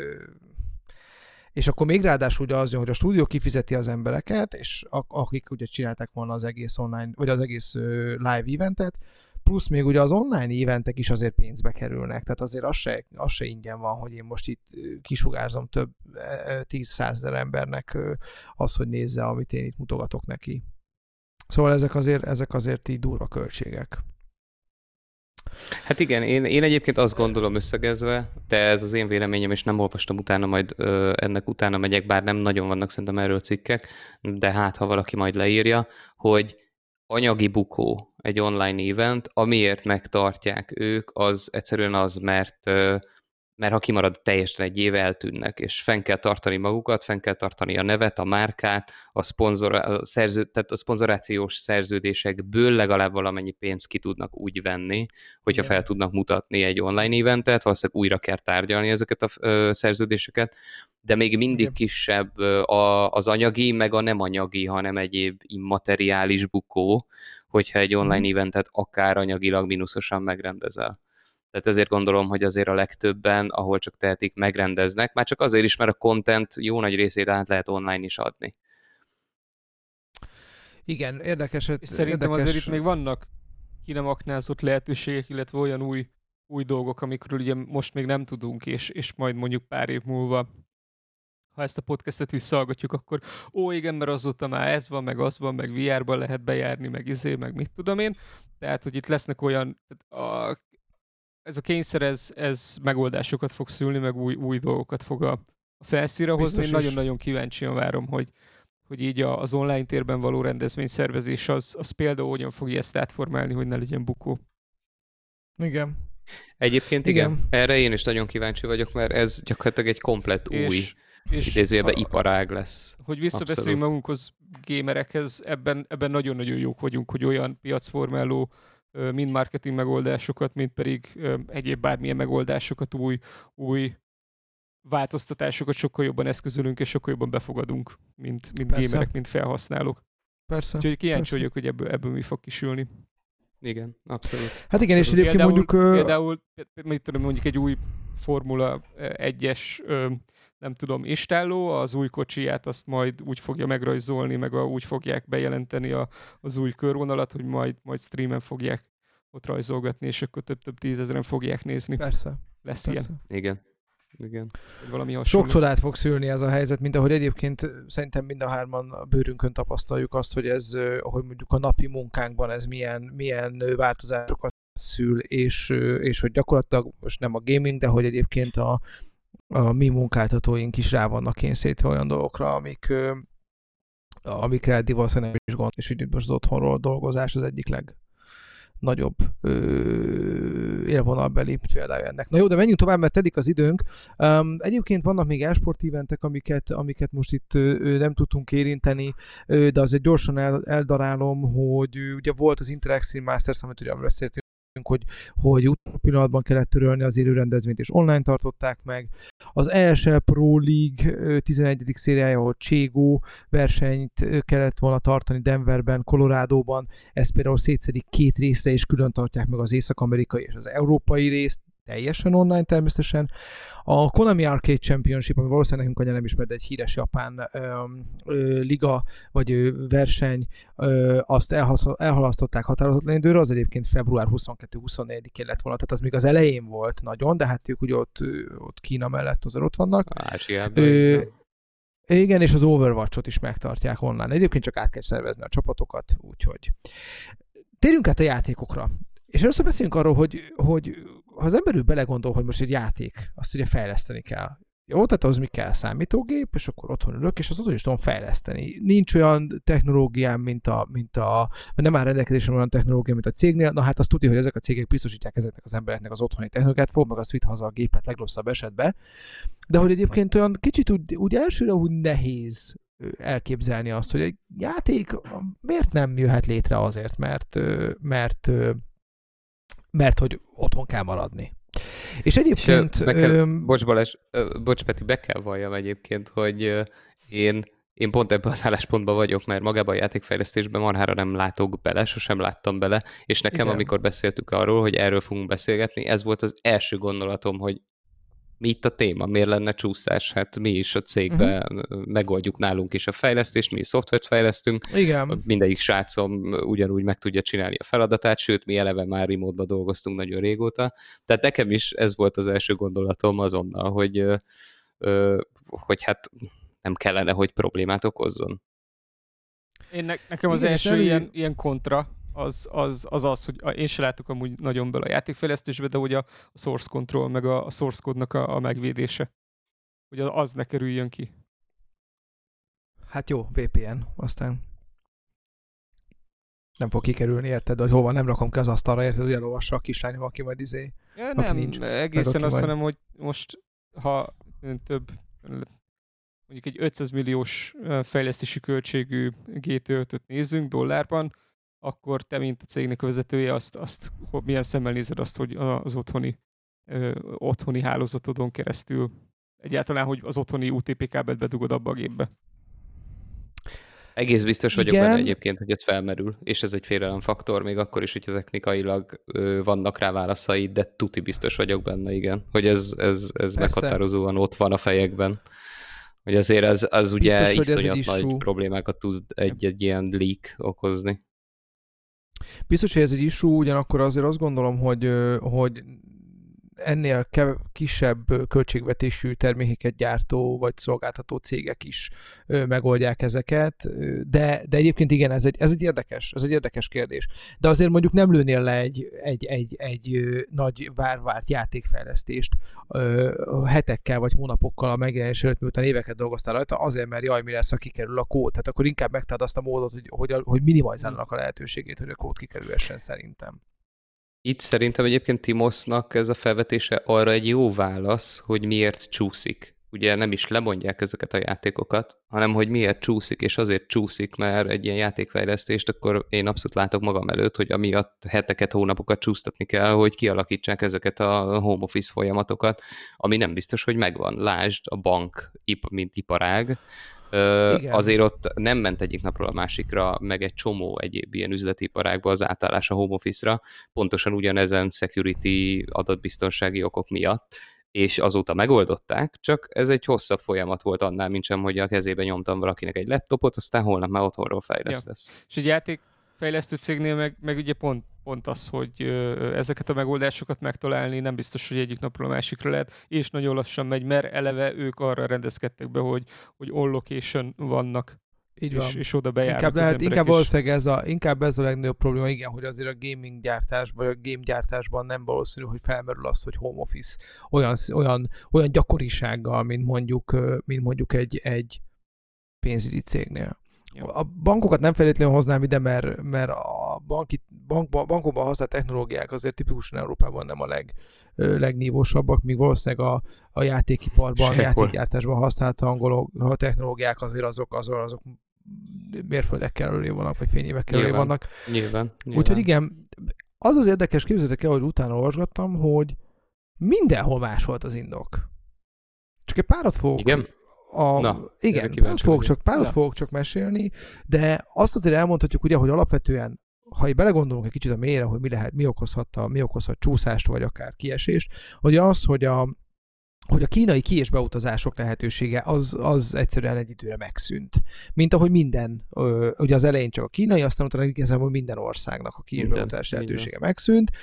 és akkor még ráadásul ugye az jön, hogy a stúdió kifizeti az embereket, és akik ugye csinálták volna az egész online, vagy az egész live eventet, plusz még ugye az online eventek is azért pénzbe kerülnek, tehát azért az se, az se ingyen van, hogy én most itt kisugárzom több tíz-százezer embernek az, hogy nézze, amit én itt mutogatok neki. Szóval ezek azért, ezek azért így durva költségek. Hát igen, én, én egyébként azt gondolom összegezve, de ez az én véleményem, és nem olvastam utána, majd ö, ennek utána megyek, bár nem nagyon vannak szerintem erről cikkek, de hát ha valaki majd leírja, hogy anyagi bukó egy online event, amiért megtartják ők, az egyszerűen az, mert, ö, mert ha kimarad teljesen egy év, eltűnnek, és fenn kell tartani magukat, fenn kell tartani a nevet, a márkát, a, szponzor, a, szerző, tehát a szponzorációs szerződésekből legalább valamennyi pénzt ki tudnak úgy venni, hogyha fel tudnak mutatni egy online eventet, valószínűleg újra kell tárgyalni ezeket a ö, szerződéseket, de még mindig Igen. kisebb a, az anyagi, meg a nem anyagi, hanem egyéb immateriális bukó, hogyha egy online mm. eventet akár anyagilag mínuszosan megrendezel. Tehát ezért gondolom, hogy azért a legtöbben, ahol csak tehetik, megrendeznek, már csak azért is, mert a content jó nagy részét át lehet online is adni. Igen, érdekes. És szerintem érdekes... azért itt még vannak ki nem aknázott lehetőségek, illetve olyan új, új dolgok, amikről ugye most még nem tudunk, és, és majd mondjuk pár év múlva ha ezt a podcastet visszahallgatjuk, akkor ó, igen, mert azóta már ez van, meg az van, meg vé er-ban lehet bejárni, meg izé, meg mit tudom én. Tehát, hogy itt lesznek olyan, a, ez a kényszer, ez, ez megoldásokat fog szülni, meg új, új dolgokat fog a, a felszínre hozni. Én nagyon-nagyon kíváncsian várom, hogy, hogy így a, az online térben való rendezvényszervezés az, az például hogyan fogja ezt átformálni, hogy ne legyen bukó. Igen. Egyébként igen. igen, erre én is nagyon kíváncsi vagyok, mert ez gyakorlatilag egy komplett új és, és idézőjelben iparág lesz. Hogy visszabeszéljünk magunkhoz, gamerekhez, ebben, ebben nagyon-nagyon jók vagyunk, hogy olyan piacformáló mind marketing megoldásokat, mind pedig egyéb bármilyen megoldásokat, új, új változtatásokat sokkal jobban eszközölünk, és sokkal jobban befogadunk, mint, mint gamerek, mint felhasználók. Persze. Úgyhogy kíváncsi vagyok, hogy ebből, ebből mi fog kisülni. Igen, abszolút. Hát igen, abszolút. és egyébként mondjuk... Például, mit tudom, mondjuk egy új Formula egyes, nem tudom, istálló, az új kocsiját azt majd úgy fogja megrajzolni, meg a, úgy fogják bejelenteni a, az új körvonalat, hogy majd, majd streamen fogják ott rajzolgatni, és akkor több-több tízezeren fogják nézni. Persze. Lesz Persze. ilyen. Igen. Igen. Valami Sok csodát fog szülni ez a helyzet, mint ahogy egyébként szerintem mind a hárman a bőrünkön tapasztaljuk azt, hogy ez, ahogy mondjuk a napi munkánkban ez milyen, milyen változásokat szül, és, és hogy gyakorlatilag most nem a gaming, de hogy egyébként a, a mi munkáltatóink is rá vannak kényszerítve olyan dolgokra, amik, amikre eddig valószínűleg nem is gond, és így most az otthonról dolgozás az egyik leg nagyobb ö, élvonalbeli példája ennek. Na jó, de menjünk tovább, mert telik az időnk. Um, egyébként vannak még e-sport eventek, amiket, amiket most itt ö, nem tudtunk érinteni, ö, de azért gyorsan el, eldarálom, hogy ö, ugye volt az Inter-Extreme Masters, amit ugye beszéltünk, hogy, hogy utolsó pillanatban kellett törölni az élő rendezvényt, és online tartották meg. Az e es el Pro League tizenegyedik szériája, ahol Cségó versenyt kellett volna tartani Denverben, Coloradóban, ezt például szétszedik két részre, és külön tartják meg az észak-amerikai és az európai részt, teljesen online természetesen. A Konami Arcade Championship, ami valószínűleg nekünk annyira nem ismert, de egy híres japán ö, ö, liga vagy ö, verseny, ö, azt elhasz- elhalasztották határozatlan időre, az egyébként február huszonkettő-huszonnégyedikén lett volna, tehát az még az elején volt nagyon, de hát ők ugye ott, ott Kína mellett azért ott vannak. Ázsiában. Ö, igen, és az Overwatch-ot is megtartják online. Egyébként csak át kell szervezni a csapatokat, úgyhogy. Térjünk át a játékokra. És először beszéljünk arról, hogy, hogy ha az ember ő belegondol, hogy most egy játék, azt ugye fejleszteni kell. Jó, tehát az mi kell? Számítógép, és akkor otthon ülök, és azt otthon is tudom fejleszteni. Nincs olyan technológiám, mint a, mint a vagy nem áll rendelkezésre olyan technológia, mint a cégnél, na hát azt tudja, hogy ezek a cégek biztosítják ezeknek az embereknek az otthoni technológiát, fog meg azt vitt haza a gépet legrosszabb esetben. De hogy egyébként olyan kicsit úgy, úgy elsőre úgy nehéz elképzelni azt, hogy egy játék miért nem jöhet létre azért, mert, mert mert hogy otthon kell maradni. És egyébként... És, kell, öm... Bocs Balázs, bocs Peti, be kell valljam egyébként, hogy én, én pont ebben az álláspontban vagyok, mert magában a játékfejlesztésben marhára nem látok bele, sosem láttam bele, és nekem, igen, amikor beszéltük arról, hogy erről fogunk beszélgetni, ez volt az első gondolatom, hogy mi itt a téma, miért lenne csúszás? Hát mi is a cégben uh-huh. megoldjuk nálunk is a fejlesztést, mi is szoftvert fejlesztünk. Igen. Mindegyik srácom ugyanúgy meg tudja csinálni a feladatát, sőt, mi eleve már remote-ba dolgoztunk nagyon régóta. Tehát nekem is ez volt az első gondolatom azonnal, hogy, hogy hát nem kellene, hogy problémát okozzon. Én ne, nekem az igen, első ilyen, ilyen kontra, Az, az, az az, hogy én se látok amúgy nagyon bele a játékfejlesztésbe, de hogy a, a source control, meg a, a source code-nak a, a megvédése. Hogy az ne kerüljön ki. Hát jó, vé pé en, aztán nem fog kikerülni, érted, hogy hova nem rakom ki az asztalra, érted, hogy elolvassa a kislányom, aki majd izé, ja, aki nem, nincs. egészen azt mondom, majd... hogy most, ha több, mondjuk egy ötszáz milliós fejlesztési költségű gé té ötöt nézünk dollárban, akkor te, mint a cégnek a vezetője, azt, azt milyen szemmel nézed azt, hogy az otthoni, ö, otthoni hálózatodon keresztül egyáltalán, hogy az otthoni u té pé kábelt bedugod abba a gépbe. Egész biztos vagyok igen. benne egyébként, hogy ez felmerül, és ez egy félelemfaktor, még akkor is, hogyha technikailag ö, vannak rá válaszaid, de tuti biztos vagyok benne, igen, hogy ez, ez, ez meghatározóan ott van a fejekben. Hogy azért ez, az ugye biztos, iszonyat nagy issue. Problémákat tud egy-egy ilyen leak okozni. Biztos, hogy ez egy issue, ugyanakkor azért azt gondolom, hogy, hogy ennél kev- kisebb költségvetésű termékeket gyártó vagy szolgáltató cégek is ö, megoldják ezeket, de, de egyébként igen, ez egy, ez egy érdekes, ez egy érdekes kérdés. De azért mondjuk nem lőnél le egy, egy, egy, egy ö, nagy várvárt játékfejlesztést ö, hetekkel vagy hónapokkal a megjelenés előtt, miután éveket dolgoztál rajta, azért, mert jaj, mi lesz, ha kikerül a kód. Tehát akkor inkább megtalálod azt a módot, hogy, hogy, hogy minimalizálnak a lehetőségét, hogy a kód kikerülhessen szerintem. Itt szerintem egyébként Timosznak ez a felvetése arra egy jó válasz, hogy miért csúszik. Ugye nem is lemondják ezeket a játékokat, hanem hogy miért csúszik, és azért csúszik, mert egy ilyen játékfejlesztést akkor én abszolút látok magam előtt, hogy amiatt heteket, hónapokat csúsztatni kell, hogy kialakítsák ezeket a home office folyamatokat, ami nem biztos, hogy megvan. Lásd a bank, mint iparág, Igen. Azért ott nem ment egyik napról a másikra, meg egy csomó egyéb ilyen üzleti iparágba az átállás a home office-ra, pontosan ugyanezen security adatbiztonsági okok miatt, és azóta megoldották, csak ez egy hosszabb folyamat volt annál, mint sem, hogy a kezébe nyomtam valakinek egy laptopot, aztán holnap már otthonról fejlesztesz. Ja. És egy játékfejlesztő cégnél meg, meg ugye pont, pont az, hogy ö, ezeket a megoldásokat megtalálni nem biztos, hogy egyik napról a másikra lehet, és nagyon lassan megy, mert eleve ők arra rendezkedtek be, hogy, hogy on location vannak. Így és, van. és oda bejárnak Inkább, az lehet, emberek inkább is. valószínűleg ez a, inkább ez a legnagyobb probléma, igen, hogy azért a gaming gyártásban, vagy a game gyártásban nem valószínű, hogy felmerül az, hogy home office olyan, olyan, olyan gyakorisággal, mint mondjuk, mint mondjuk egy, egy pénzügyi cégnél. Jó. A bankokat nem feltétlenül hoznám ide, mert, mert a banki, bankban, bankokban használt technológiák azért tipikusan Európában nem a leg, legnívósabbak, míg valószínűleg a, a játékiparban, a játékgyártásban használt angolok, a technológiák azért azok, azok, azok mérföldekkel előré vannak, vagy fényévekkel előré vannak. Nyilván, nyilván. Úgyhogy igen, az az érdekes, képzeljétek el, hogy utána olvasgattam, hogy mindenhol más volt az indok. Csak egy párat fogok... Igen? A, Na, igen, párat, fogok csak, párat ja. fogok csak mesélni, de azt azért elmondhatjuk ugye, hogy alapvetően, ha így belegondolunk egy kicsit a mélyre, hogy mi lehet, mi okozhatta, mi okozhat csúszást, vagy akár kiesést, hogy az, hogy a, hogy a kínai ki- és beutazások lehetősége az, az egyszerűen egy időre megszűnt. Mint ahogy minden, ö, ugye az elején csak a kínai, aztán utána igazából minden országnak a ki- és beutazás lehetősége megszűnt,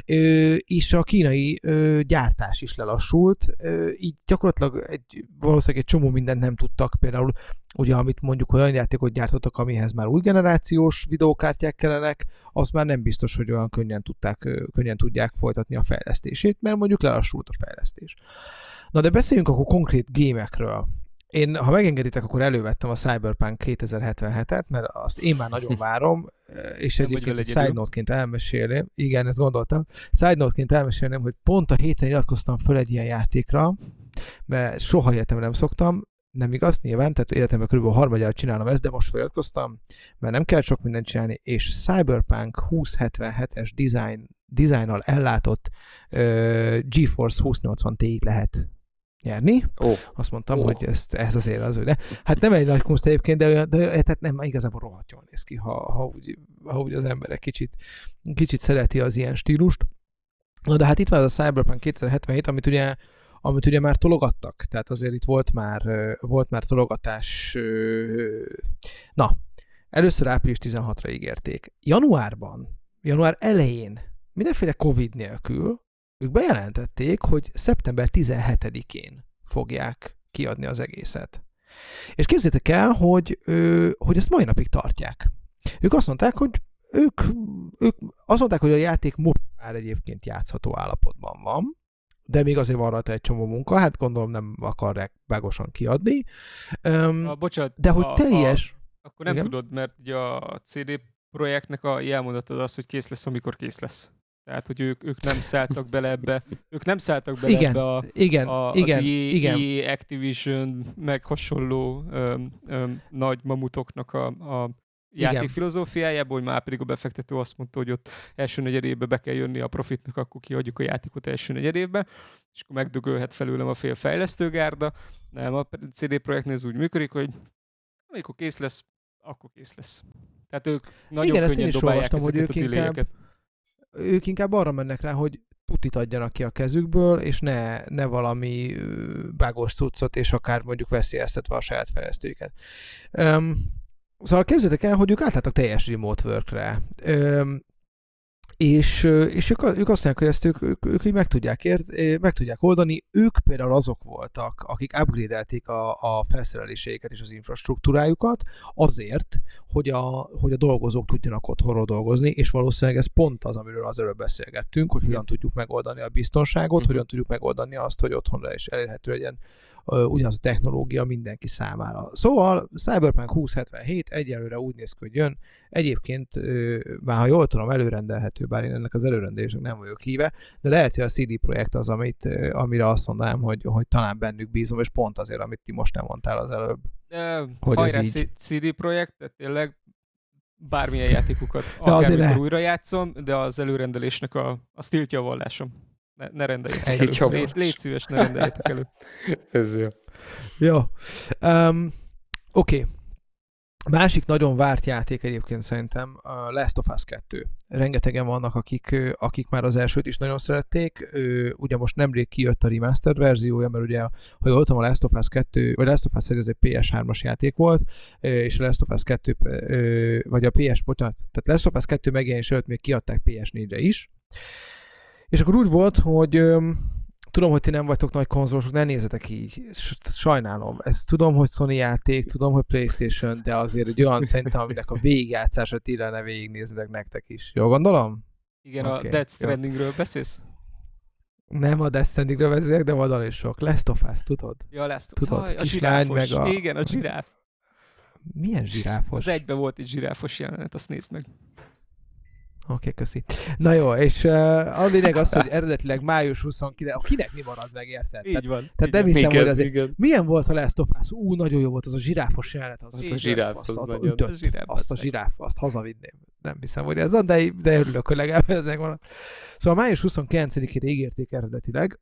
ö, és a kínai ö, gyártás is lelassult, ö, így gyakorlatilag egy, valószínűleg egy csomó mindent nem tudtak, például ugye, amit mondjuk olyan játékot gyártottak, amihez már új generációs videókártyák kellenek, az már nem biztos, hogy olyan könnyen, tudták, könnyen tudják folytatni a fejlesztését, mert mondjuk lelassult a fejlesztés. Na de beszéljünk akkor konkrét gémekről. Én, ha megengeditek, akkor elővettem a Cyberpunk kétezer-hetvenhetet, mert azt én már nagyon várom, és nem egyébként egy side note-ként elmesélném, igen, ezt gondoltam, side note-ként elmesélném, hogy pont a héten iratkoztam föl egy ilyen játékra, mert soha életemben nem szoktam, nem igaz, nyilván, tehát életemben körülbelül harmadjára csinálom ezt, de most feliratkoztam, mert nem kell sok mindent csinálni, és Cyberpunk húszszázhetvenhetes design, dizájnnal ellátott uh, GeForce húsznyolcvan Ti-t lehet nyerni. Oh. Azt mondtam, oh. hogy ezt, ez azért az, hogy de hát nem egy nagy kunszt egyébként, de, de, de tehát nem, igazából rohadt jól néz ki, ha, ha, úgy, ha úgy az emberek kicsit, kicsit szereti az ilyen stílust. Na de hát itt van az a Cyberpunk kétezer-hetvenhét, amit ugye amit ugye már tologattak, tehát azért itt volt már, volt már tologatás. Na, először április tizenhatodikra ígérték. Januárban, január elején, mindenféle Covid nélkül, ők bejelentették, hogy szeptember tizenhetedikén fogják kiadni az egészet. És képzeljétek el, hogy, hogy ezt mai napig tartják. Ők azt mondták, hogy ők, ők azt mondták, hogy a játék most már egyébként játszható állapotban van, de még azért van rajta egy csomó munka, hát gondolom nem akarják vágosan kiadni. Um, a, bocsánat, de hogy a, teljes... A, akkor nem igen? tudod, mert ugye a cé dé projektnek a jelmondatod az, hogy kész lesz, amikor kész lesz. Tehát, hogy ők, ők nem szálltak bele ebbe, ők nem szálltak bele igen, ebbe a, igen, a, igen, az i á, igen. i á, Activision, meg hasonló öm, öm, nagy mamutoknak a, a játék filozófiájából, hogy már pedig a befektető azt mondta, hogy ott első negyedévbe be kell jönni a profitnak, akkor kiadjuk a játékot első negyedévbe, és akkor megdögölhet felőlem a fél fejlesztőgárda. Nem, a cé dé Projektnél ez úgy működik, hogy amikor kész lesz, akkor kész lesz. Tehát ők nagyon igen, könnyen dobálják ezeket hogy ők a delayeket. Ők inkább arra mennek rá, hogy tutit adjanak ki a kezükből, és ne, ne valami bágos cuccot, és akár mondjuk veszélyeztetve a saját fejlesztőiket. Um, Szóval képzeljétek el, hogy ők átláttak teljes remote workre. Öm, És, és ők, ők azt mondják, hogy ezt ők, ők, ők így meg tudják, ért, meg tudják oldani. Ők például azok voltak, akik upgrade-elték a, a felszereléseiket és az infrastruktúrájukat azért, hogy a, hogy a dolgozók tudjanak otthonról dolgozni, és valószínűleg ez pont az, amiről az előbb beszélgettünk, hogy hogyan tudjuk megoldani a biztonságot, mm. hogyan tudjuk megoldani azt, hogy otthonra is elérhető legyen uh, ugyanaz a technológia mindenki számára. Szóval Cyberpunk húsz-hetvenhét egyelőre úgy néz ki, hogy jön. Egyébként uh, már ha jól tudom, előrendelhető, bár én ennek az előrendelésnek nem vagyok híve, de lehet, hogy a cé dé Projekt az, amit, uh, amire azt mondanám, hogy, hogy talán bennük bízom, és pont azért, amit ti most nem mondtál az előbb. Uh, hogy hajrá, ez így... cé dé Projekt, tehát tényleg bármilyen játékokat akármikor újra játszom, de az előrendelésnek a, a tiltja a vallásom. Ne, ne rendeljétek elő. Légy, légy szíves, ne rendeljétek elő. Ez jó. Jó. Um, Oké. Okay. Másik nagyon várt játék egyébként szerintem a Last of Us kettő. Rengetegen vannak, akik, akik már az elsőt is nagyon szerették. Ugye most nemrég kijött a remastered verziója, mert ugye, ha jól tudom, a Last of Us kettő, vagy Last of Us egy az egy pé es hármas játék volt, és a Last of Us kettő, vagy a pé es, bocsánat, tehát Last of Us kettő megjelenés előtt még kiadták pé es négyre is. És akkor úgy volt, hogy tudom, hogy ti nem vagytok nagy konzolosok, ne nézzetek így. Sajnálom. Ezt tudom, hogy Sony játék, tudom, hogy PlayStation, de azért egy olyan szerintem, aminek a végigjátszását illene végignézzetek nektek is. Jól gondolom? Igen, okay. A Death Strandingről beszélsz? Nem a Death Strandingről beszélek, de van is sok. Last of Us, tudod? Ja, Last of Us. Tudod, Jaj, kislány meg a... Igen, a zsiráf. Milyen zsiráfos? Az egyben volt egy zsiráfos jelenet, azt nézd meg. Oké, okay, köszi. Na jó, és uh, a lényeg az, hogy eredetileg május huszonkilencedike, kinek mi marad meg, érted? Így van. Tehát nem hiszem, hogy azért... Igen. Milyen volt a Last of Us? Ú, nagyon jó volt az a zsiráfos jelenet. Az, az a zsiráf. Azt, az ütött, a zsiráf, azt a zsiráf, azt hazavinném. Nem hiszem, hogy ez van, de, de örülök, hogy legalább ezek van. Szóval május huszonkilencedikére ígérték eredetileg,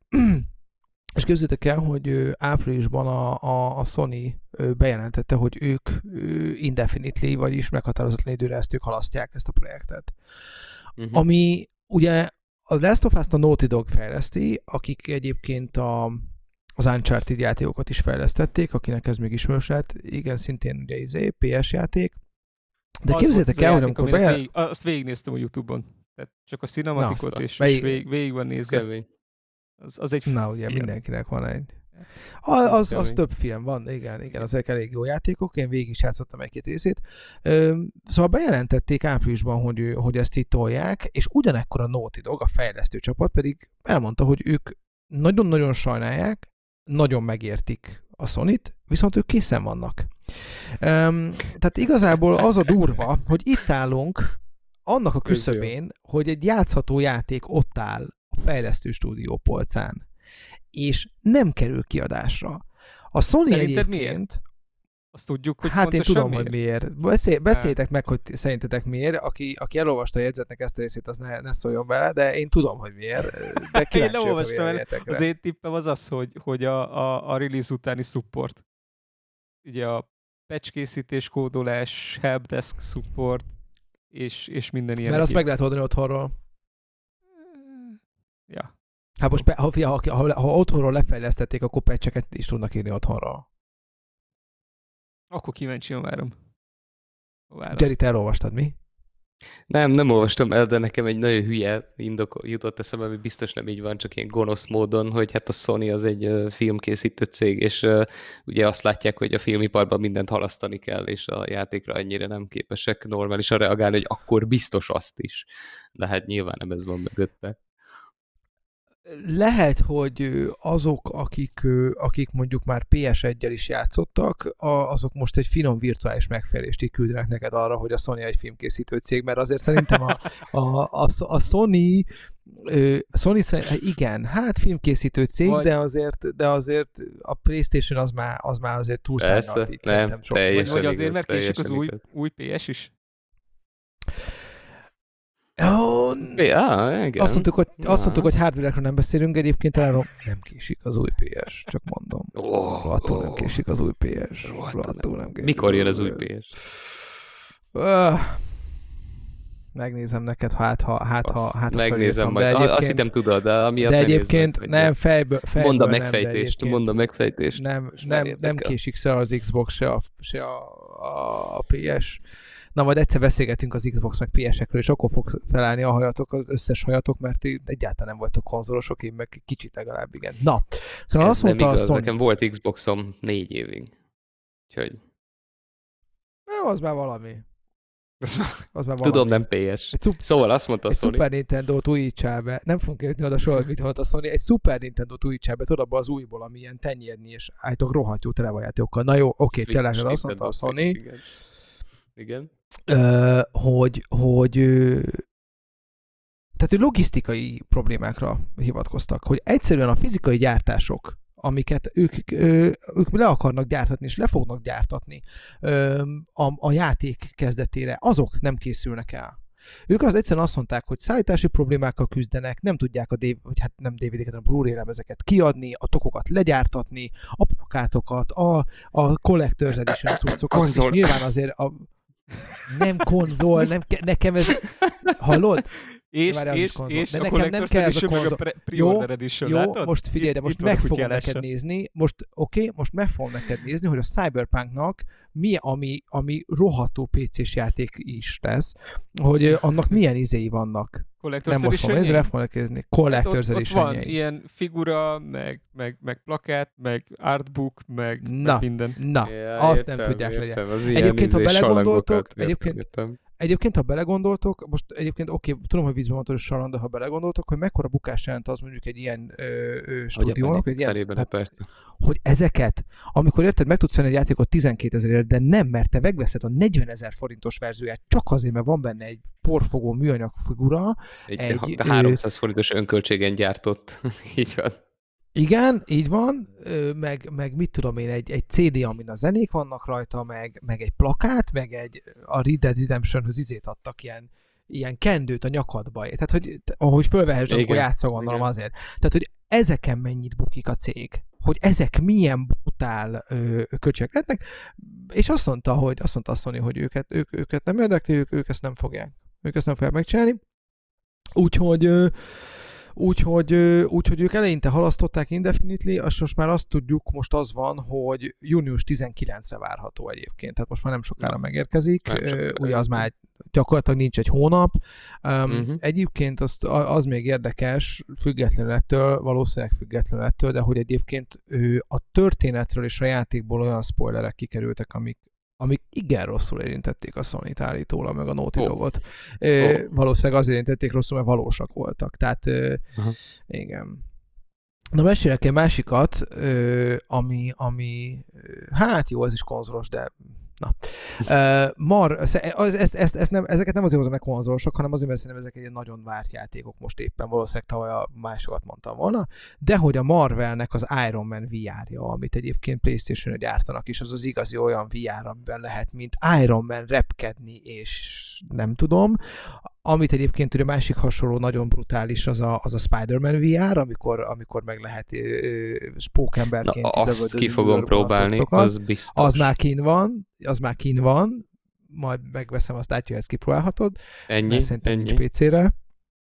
és képzeljétek el, hogy áprilisban a, a, a Sony bejelentette, hogy ők indefinitely, vagyis meghatározatlan időre ezt ők halasztják, ezt a projektet. Uh-huh. Ami ugye a Last of Us-t a Naughty Dog fejleszti, akik egyébként a, az Uncharted játékokat is fejlesztették, akinek ez még ismerős lett. Igen, szintén ugye izé, pé es játék. De képzeljétek el, hogy amikor bejel... végig, azt végignéztem a YouTube-on. Tehát csak a cinematikot, és, és végig, végig van nézve. Az, az egy Na, ugye film. Mindenkinek van egy. Az, az, az több film van, igen, igen, azok elég jó játékok, én végig is játszottam egy-két részét. Szóval bejelentették áprilisban, hogy, hogy ezt itt tolják, és ugyanekkor a Naughty Dog, a fejlesztő csapat pedig elmondta, hogy ők nagyon-nagyon sajnálják, nagyon megértik a Sony-t, viszont ők készen vannak. Tehát igazából az a durva, hogy itt állunk annak a küszöbén, hogy egy játszható játék ott áll a fejlesztő stúdió polcán, és nem kerül kiadásra. A Sony Szerinted egyébként... miért? Azt tudjuk, hogy hát én tudom, miért? hogy miért. Beszél, beszéljétek meg, hogy szerintetek miért. Aki, aki elolvasta a jegyzetnek ezt a részét, az ne, ne szóljon bele, de én tudom, hogy miért. De én elolvastam el. Az én tippem az az, hogy, hogy a, a, a release utáni support. Ugye a patchkészítés, kódolás, helpdesk support, és, és minden ilyen. Mert azt meg lehet oldani otthonról. Ja. Hát most, ha, ha, ha, ha otthonról lefejlesztették, akkor patcheket is tudnak írni otthonról. Akkor kíváncsian várom. Jerry, te elolvastad, mi? Nem, nem olvastam el, de nekem egy nagyon hülye indok jutott eszembe, ami biztos nem így van, csak ilyen gonosz módon, hogy hát a Sony az egy uh, filmkészítő cég, és uh, ugye azt látják, hogy a filmiparban mindent halasztani kell, és a játékra ennyire nem képesek normálisan reagálni, hogy akkor biztos azt is. De hát nyilván nem ez van mögötte. Lehet, hogy azok, akik, akik mondjuk már pé es egyel is játszottak, azok most egy finom virtuális megfelelést így küldenek neked arra, hogy a Sony egy filmkészítő cég, mert azért szerintem a, a, a, a Sony, a Sony igen, hát filmkészítő cég, Vagy... de azért, de azért a PlayStation az már, az már azért túlszárnyalt így szerintem sok. Vagy, vagy azért, mert késik az új, új pé es is? Oh, ja, igen. Azt mondtuk, hogy, azt mondtuk, hogy hardware-ekről nem beszélünk, egyébként arról nem késik az új pé es, csak mondom. Oh, Rohadtul oh. nem késik az új pé es. Rohadtul nem késik. Mikor jön az új pé es? Uh, megnézem neked, hát ha hát ha hát megnézem majd. Azt hittem tudod, de amiatt de egyébként nem, nem fejből, fejből mondd a megfejtést, mondd a megfejtést. Nem, nem, nem késik se az Xbox, se a, se a, a, a pé es. na majd egyszer beszélgetünk az Xbox meg pé es-ekről, és akkor fog felállni a hajatok, az összes hajatok, mert ti egyáltalán nem voltak konzolosok, én meg kicsit legalább igen. Na, szóval Ez azt mondta nem igaz, a Sony... nekem volt Xboxom négy évig. Úgyhogy... Na, az már valami. Az már... Az már valami. Tudom, nem pé es. Egy szup... Szóval azt mondta a egy Sony. Super Nintendo-t újítsál be. Nem fogunk jutni oda soha, mit mondta a Sony. Egy Super Nintendo-t újítsál be, tudod, abba az újból, ami ilyen tenyérnyi, és állítok rohadt jó televajátékokkal. Na jó, oké, tényleg, azt mondta a Sony. Igen. Igen. Ö, hogy, hogy ö, tehát, hogy logisztikai problémákra hivatkoztak, hogy egyszerűen a fizikai gyártások, amiket ők, ö, ők le akarnak gyártatni, és le fognak gyártatni ö, a, a játék kezdetére, azok nem készülnek el. Ők az egyszerűen azt mondták, hogy szállítási problémákkal küzdenek, nem tudják a D V D, vagy hát nem dé vé dé-ket, hanem Blu-ray lemezeket kiadni, a tokokat legyártatni, a plakátokat, a, a Collector's Edition cuccokat, és nyilván azért a nem konzol, nem ke- nekem ez... Hallod? És, Várjál, és, konzol. és De a nekem nem kell ez a konzol. Pre- pre-order edition, jó, látod? most figyelj, de most itt meg vannak fogom kutyalása. neked nézni, most oké, okay, most meg fogom neked nézni, hogy a Cyberpunknak mi, ami, ami rohadtó pé cés játék is lesz, hogy ö, annak milyen izéi vannak. Collector's Nem most fogom nézni, meg fogom neked nézni. Collector's ott, ott Edition. van ilyen figura, meg, meg, meg plakát, meg artbook, meg, Na, meg minden. Na, Ja, azt értem, nem tudják legyen. értem, az ilyen Egyébként, ha izé belegondoltok, salangokat, értem, egyébként- értem. Egyébként, ha belegondoltok, most egyébként oké, tudom, hogy vízben mondtad, hogy salan, de ha belegondoltok, hogy mekkora bukás jelent az mondjuk egy ilyen ö, ö, stúdiónak, egy ilyen, Felében, hát, persze. hogy ezeket, amikor érted, meg tudsz venni egy játékot tizenkétezerért, de nem, mert te megveszed a negyvenezer forintos verzióját, csak azért, mert van benne egy porfogó műanyag figura. Egy, Egy, egy ö, háromszáz forintos önköltségen gyártott. Így van. Igen, így van, ö, meg, meg mit tudom én, egy, egy cé dé, amin a zenék vannak rajta, meg, meg egy plakát, meg egy a Red Dead Redemptionhöz izét adtak ilyen, ilyen kendőt a nyakadba. Tehát, hogy ahogy fölvehessd, akkor Igen, játszol, gondolom igen. azért. Tehát, hogy ezeken mennyit bukik a cég. Hogy ezek milyen brutál ö, költségek lehetnek, és azt mondta, hogy azt mondta a Sony, hogy őket, ők, őket nem érdekli, ők, ők ezt nem fogják. Ők ezt nem fogják megcsinálni. Úgyhogy ö, Úgyhogy, úgyhogy ők eleinte halasztották indefinitely, és most már azt tudjuk, most az van, hogy június tizenkilencedikére várható egyébként, tehát most már nem sokára megérkezik, Nem sokára, ugye az már gyakorlatilag nincs egy hónap. Um, Uh-huh. Egyébként azt, az még érdekes, függetlenül ettől, valószínűleg függetlenül ettől, de hogy egyébként ő, a történetről és a játékból olyan spoilerek kikerültek, amik amik igen rosszul érintették a Sony-t állítólag, meg a Naughty Oh. Dogot. Ö, Oh. Valószínűleg azért érintették rosszul, mert valósak voltak. Tehát ö, Aha. igen. Na, mesélek egy másikat, ö, ami, ami, hát jó, ez is konzolos, de na. Uh, Mar, ezt, ezt, ezt nem, ezeket nem azért hozom meg konzolosok, hanem azért, mert szerintem ezek egy nagyon várt játékok most éppen, valószínűleg tavaly a másokat mondtam volna, de hogy a Marvelnek az Iron Man vé er-ja, amit egyébként PlayStation-re gyártanak is, az az igazi olyan vé er, amiben lehet, mint Iron Man repkedni, és nem tudom. Amit egyébként ugye másik hasonló, nagyon brutális, az a, az a Spider-Man vé er, amikor, amikor meg lehet spókemberként. Na, azt ki fogom próbálni, az biztos. Az már kín van, az már kín van, majd megveszem, azt átjöhetsz, kipróbálhatod. Ennyi, Szerintem ennyi. nincs pé cére.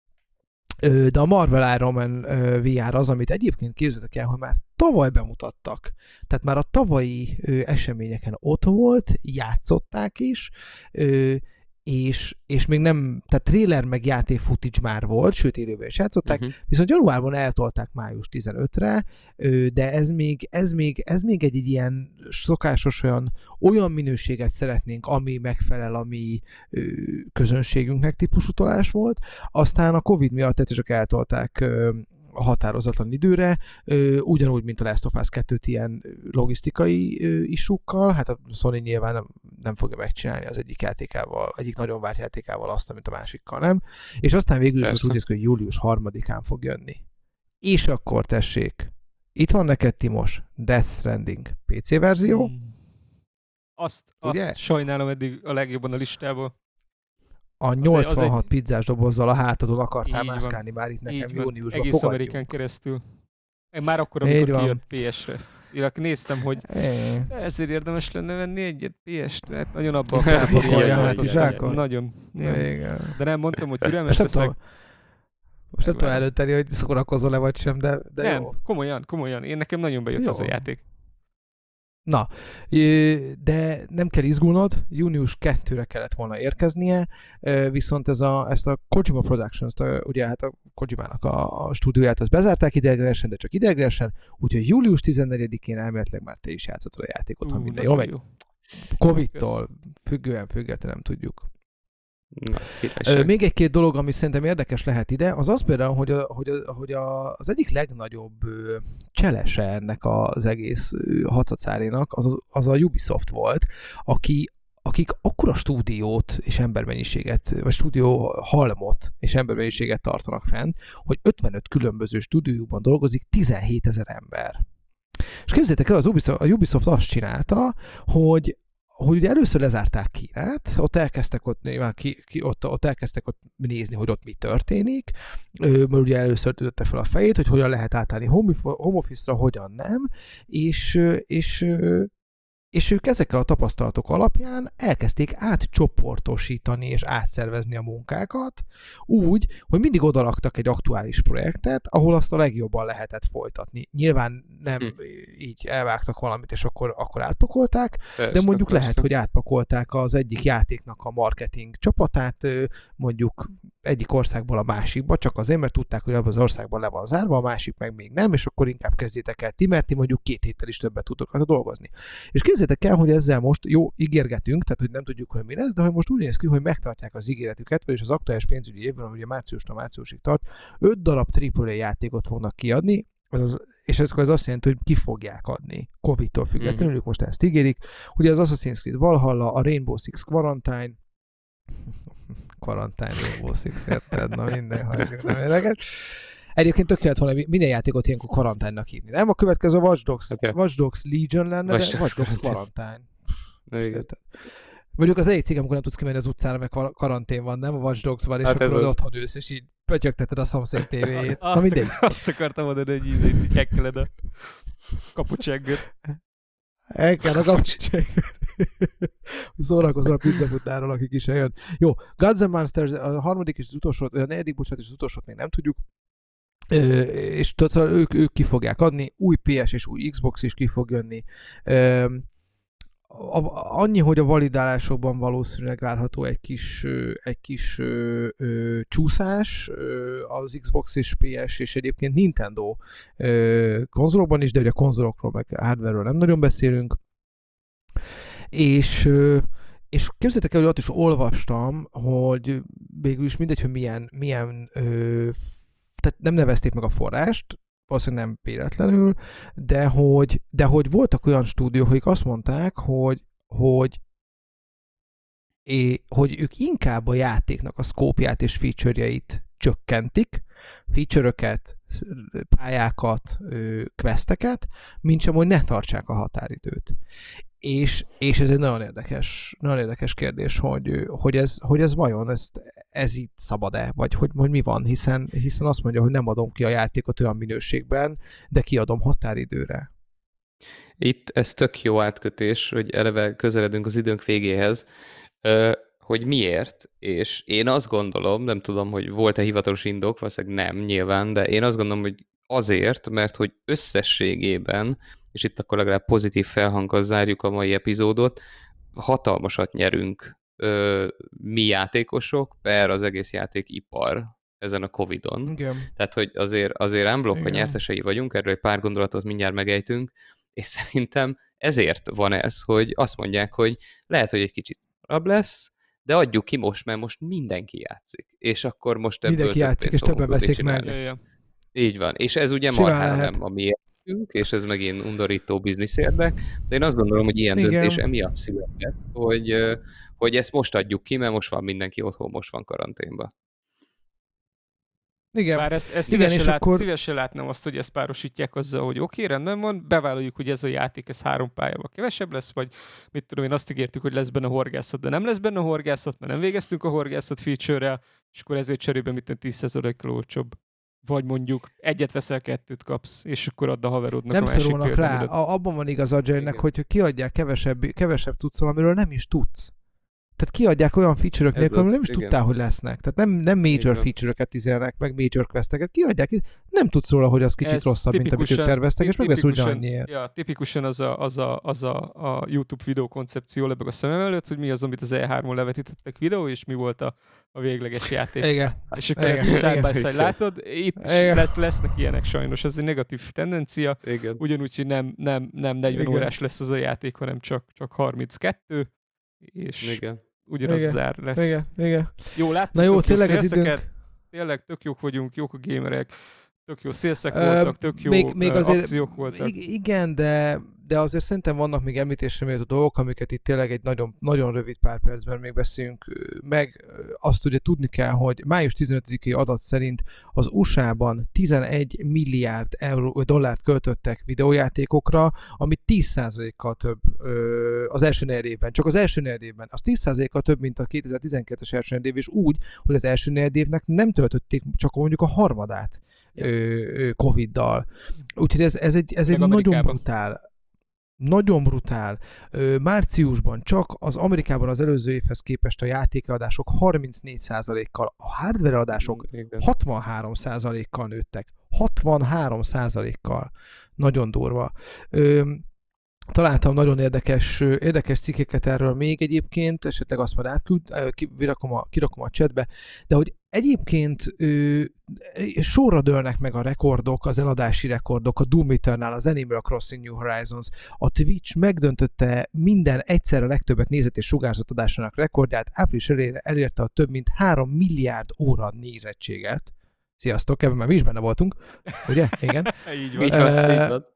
De a Marvel Iron Man vé er az, amit egyébként képzeltek el, hogy már tavaly bemutattak. Tehát már a tavalyi eseményeken ott volt, játszották is, és, és még nem, tehát trailer meg játék footage már volt, sőt élőben is játszották, uh-huh. Viszont januárban eltolták május tizenötödikére, de ez még, ez még, ez még egy, egy ilyen szokásos olyan, olyan minőséget szeretnénk, ami megfelel a mi közönségünknek típusú tolás volt. Aztán a Covid miatt egyszer csak eltolták a határozatlan időre, ugyanúgy, mint a Last of Us kettőt ilyen logisztikai isukkal, hát a Sony nyilván nem, nem fogja megcsinálni az egyik játékával, egyik nagyon várt játékával azt, mint a másikkal, nem? És aztán végül is úgy néz ki, hogy július harmadikán fog jönni. És akkor tessék, itt van neked, Timos, Death Stranding pé cé verzió. Azt, azt sajnálom eddig a legjobban a listából. A nyolcvanhat egy... pizzás dobozzal a hátadon akartál így mászkálni van. már itt nekem így júniusban. Egész Fogadjunk. Amerikán keresztül. Én már akkor, amikor így kijött pé esre. Én néztem, hogy é. ezért érdemes lenne venni egyet pé est, mert nagyon abban a káborúban. Nagyon. Igen. De nem mondtam, hogy türelmes leszek. Tudom, most nem tudom előtteni, hogy szórakozol-e vagy sem, de, de nem, jó. komolyan, komolyan. Én nekem nagyon bejött jó. Az a játék. Na, de nem kell izgulnod, június kettőre kellett volna érkeznie, viszont ez a, ezt a Kojima Productions, ugye hát a Kojimának a, a stúdióját, azt bezárták ideiglenesen, de csak ideiglenesen, úgyhogy július tizennegyedikén elméletileg már te is játszhatod a játékot, ha minden jól megy. Covid-tól függően függetlenül nem tudjuk. Na, Ö, még egy-két dolog, ami szerintem érdekes lehet ide, az az például, hogy, a, hogy, a, hogy a, az egyik legnagyobb ö, cselese ennek az egész hatszacárénak az, az a Ubisoft volt, aki, akik akkora stúdiót és embermennyiséget, vagy stúdió halmot és embermennyiséget tartanak fenn, hogy ötvenöt különböző stúdióban dolgozik tizenhétezer ember. És képzeljétek el, az Ubisoft, a Ubisoft azt csinálta, hogy hogy ugye először lezárták Kínát, ott elkezdtek ott, ki, ki, ott, ott elkezdtek ott nézni, hogy ott mi történik, mert ugye először tütötte fel a fejét, hogy hogyan lehet átállni home, home office-ra, hogyan nem, és, és, és ők ezekkel a tapasztalatok alapján elkezdték átcsoportosítani és átszervezni a munkákat úgy, hogy mindig odaraktak egy aktuális projektet, ahol azt a legjobban lehetett folytatni. Nyilván nem hm. így elvágtak valamit, és akkor, akkor átpakolták, persze, de mondjuk persze. Lehet, hogy átpakolták az egyik játéknak a marketing csapatát, mondjuk egyik országból a másikba, csak azért, mert tudták, hogy abban az országban le van zárva, a másik meg még nem, és akkor inkább kezdjétek el ti, mert ti mondjuk két héttel is többet tudtok dolgozni. És képzeljétek el, hogy ezzel most jó ígérgetünk, tehát hogy nem tudjuk, hogy mi lesz, de hogy most úgy néz ki, hogy megtartják az ígéretüket, vagyis az aktuális pénzügyi évben, ami ugye márciustól márciusig tart, öt darab á á á játékot fognak kiadni, az, és ez, ez azt jelenti, hogy ki fogják adni Covid-tól függetlenül, mm-hmm. ők most ezt ígérik. Ugye az Assassin's Creed Valhalla, a Rainbow Six Quarantine, Quarantine Rainbow Six, érted? Na minden, hagyjuk, nem érdekes. Egyébként tök kellett volna minden játékot ilyenkor Quarantine-nak hívni, nem? A következő a Watch Dogs, okay. Watch Dogs Legion lenne, Watch de Watch Dogs Quarantine. Mondjuk az egyik cég, amikor nem tudsz kimenni az utcára, meg karantén van, nem? A Watch Dogs-ban, és hát akkor otthon ülsz, és így pötyögteted a szomszéd tévéjét. Na mindegy. Azt akartam mondani, hogy így, így hekkeled a kapucsengőt. Hekkel a kapucsengőt. Szórakozol a pizzafutáról, akik is eljön. Jó, Gods and Monsters, a harmadik és az utolsó, a negyedik, bocsánat, és az utolsót még nem tudjuk. Ö, és tudod, ők, ők ki fogják adni, új pé es és új Xbox is ki fog jönni. Ö, a, annyi, hogy a validálásokban valószínűleg várható egy kis, egy kis ö, ö, csúszás ö, az Xbox és pé es és egyébként Nintendo ö, konzolokban is, de ugye a konzolokról meg hardware-ről nem nagyon beszélünk. És ö, És képzeljétek el, hogy ott is olvastam, hogy végül is mindegy, hogy milyen, milyen ö, tehát nem nevezték meg a forrást, valószínűleg nem véletlenül, de hogy, de hogy voltak olyan stúdiók, akik azt mondták, hogy, hogy, é, hogy ők inkább a játéknak a szkópját és feature-jeit csökkentik, feature-öket, pályákat, questeket, mint sem, hogy ne tartsák a határidőt. És, és ez egy nagyon érdekes, nagyon érdekes kérdés, hogy, hogy, ez, hogy ez vajon, ez, ez itt szabad-e, vagy hogy, hogy mi van, hiszen, hiszen azt mondja, hogy nem adom ki a játékot olyan minőségben, de kiadom határidőre. Itt ez tök jó átkötés, hogy eleve közeledünk az időnk végéhez, hogy miért, és én azt gondolom, nem tudom, hogy volt-e hivatalos indok, valószínűleg nem, nyilván, de én azt gondolom, hogy azért, mert hogy összességében, és itt akkor legalább pozitív felhanggal zárjuk a mai epizódot, hatalmasat nyerünk ö, mi játékosok, per az egész játékipar ezen a Covidon. Igen. Tehát, hogy azért, azért unblock a nyertesei vagyunk, erről egy pár gondolatot mindjárt megejtünk, és szerintem ezért van ez, hogy azt mondják, hogy lehet, hogy egy kicsit rab lesz, de adjuk ki most, mert most mindenki játszik. És akkor most ebből mindenki játszik, és többen veszik meg. Így van. És ez ugye marhára nem a mi értünk, és ez megint undorító biznisz érdek, de én azt gondolom, hogy ilyen Igen. döntés emiatt született, hogy, hogy ezt most adjuk ki, mert most van mindenki otthon, most van karanténban. Igen. Bár ezt, ezt Igen, szívesen, lát, akkor... szívesen látnám azt, hogy ezt párosítják azzal, hogy oké, okay, rendben van, bevállaljuk, hogy ez a játék, ez három pályával kevesebb lesz, vagy mit tudom én, azt ígértük, hogy lesz benne horgászat, de nem lesz benne horgászat, mert nem végeztünk a horgászat feature-rel, és akkor ezért cserébe mit tíz százalékkal olcsóbb. Vagy mondjuk egyet veszel, kettőt kapsz, és akkor add a haverodnak nem a másik szorulnak rá. A, abban van igaz a Jane-nek, hogy kiadják kevesebb, kevesebb tudszol, amiről nem is tudsz. Tehát kiadják olyan feature-ök Ez nélkül, az, ami nem is igen. tudtál, hogy lesznek. Tehát nem, nem major Igen. feature-öket izélnek, meg major quest-eket. Kiadják, nem tudsz róla, hogy az kicsit Ez rosszabb, mint amit ők tipikusan- terveztek, és meg lesz tipikusan- ugyanannyiért. Ja, tipikusan az a, az a, az a, a YouTube videó koncepció lebeg a szemem előtt, hogy mi az, amit az E három-on levetítettek videó, és mi volt a, a végleges játék. Igen. És akkor Igen, ezt side by igen. side látod, itt is Igen. lesz, lesznek ilyenek sajnos, ez egy negatív tendencia, Igen. ugyanúgy, hogy nem, nem, nem negyven Igen. órás lesz az a játék, hanem csak, csak harminckettő, és Igen. ugyanaz Igen. az ár lesz. Igen, igen. Jó, láttuk, Na jó, tök tényleg az szélszeket, időnk... tényleg tök jók vagyunk, jók a gamerek, tök jó szélszek Ö, voltak, tök jó még, még ö, azért, akciók voltak. ig- Igen, de, de azért szerintem vannak még említésre méltó dolgok, amiket itt tényleg egy nagyon, nagyon rövid pár percben még beszélünk ö, meg. Ö, Azt ugye tudni kell, hogy május tizenötödikei adat szerint az u es á-ban tizenegy milliárd euró, dollárt költöttek videójátékokra, ami tíz százalékkal több ö, az első negyed évben. Csak az első negyed évben. Az tíz százalékkal több, mint a kétezer-tizenkettes első negyed év, és úgy, hogy az első negyed évnek nem töltötték csak mondjuk a harmadát ö, ö, Coviddal. Úgyhogy ez, ez egy, ez egy Meg nagyon Amerikában. brutál, nagyon brutál. Ö, márciusban csak az Amerikában az előző évhez képest a játékadások harmincnégy százalékkal, a hardware adások Igen. hatvanhárom százalékkal nőttek. hatvanhárom százalékkal. Nagyon durva. Ö, Találtam nagyon érdekes, ö, érdekes cikkeket erről még egyébként, esetleg azt majd átküld, ö, ki- kirakom a, kirakom a chatbe, de hogy egyébként ö, sorra dőlnek meg a rekordok, az eladási rekordok, a Doom Eternal, az Animal Crossing New Horizons, a Twitch megdöntötte minden egyszer a legtöbbet nézett és sugárzott adásának rekordját, április elére elérte a több mint három milliárd óra nézettséget. Sziasztok, ebben már mi is benne voltunk, ugye? Igen. Így van. Így van, Ö, így van.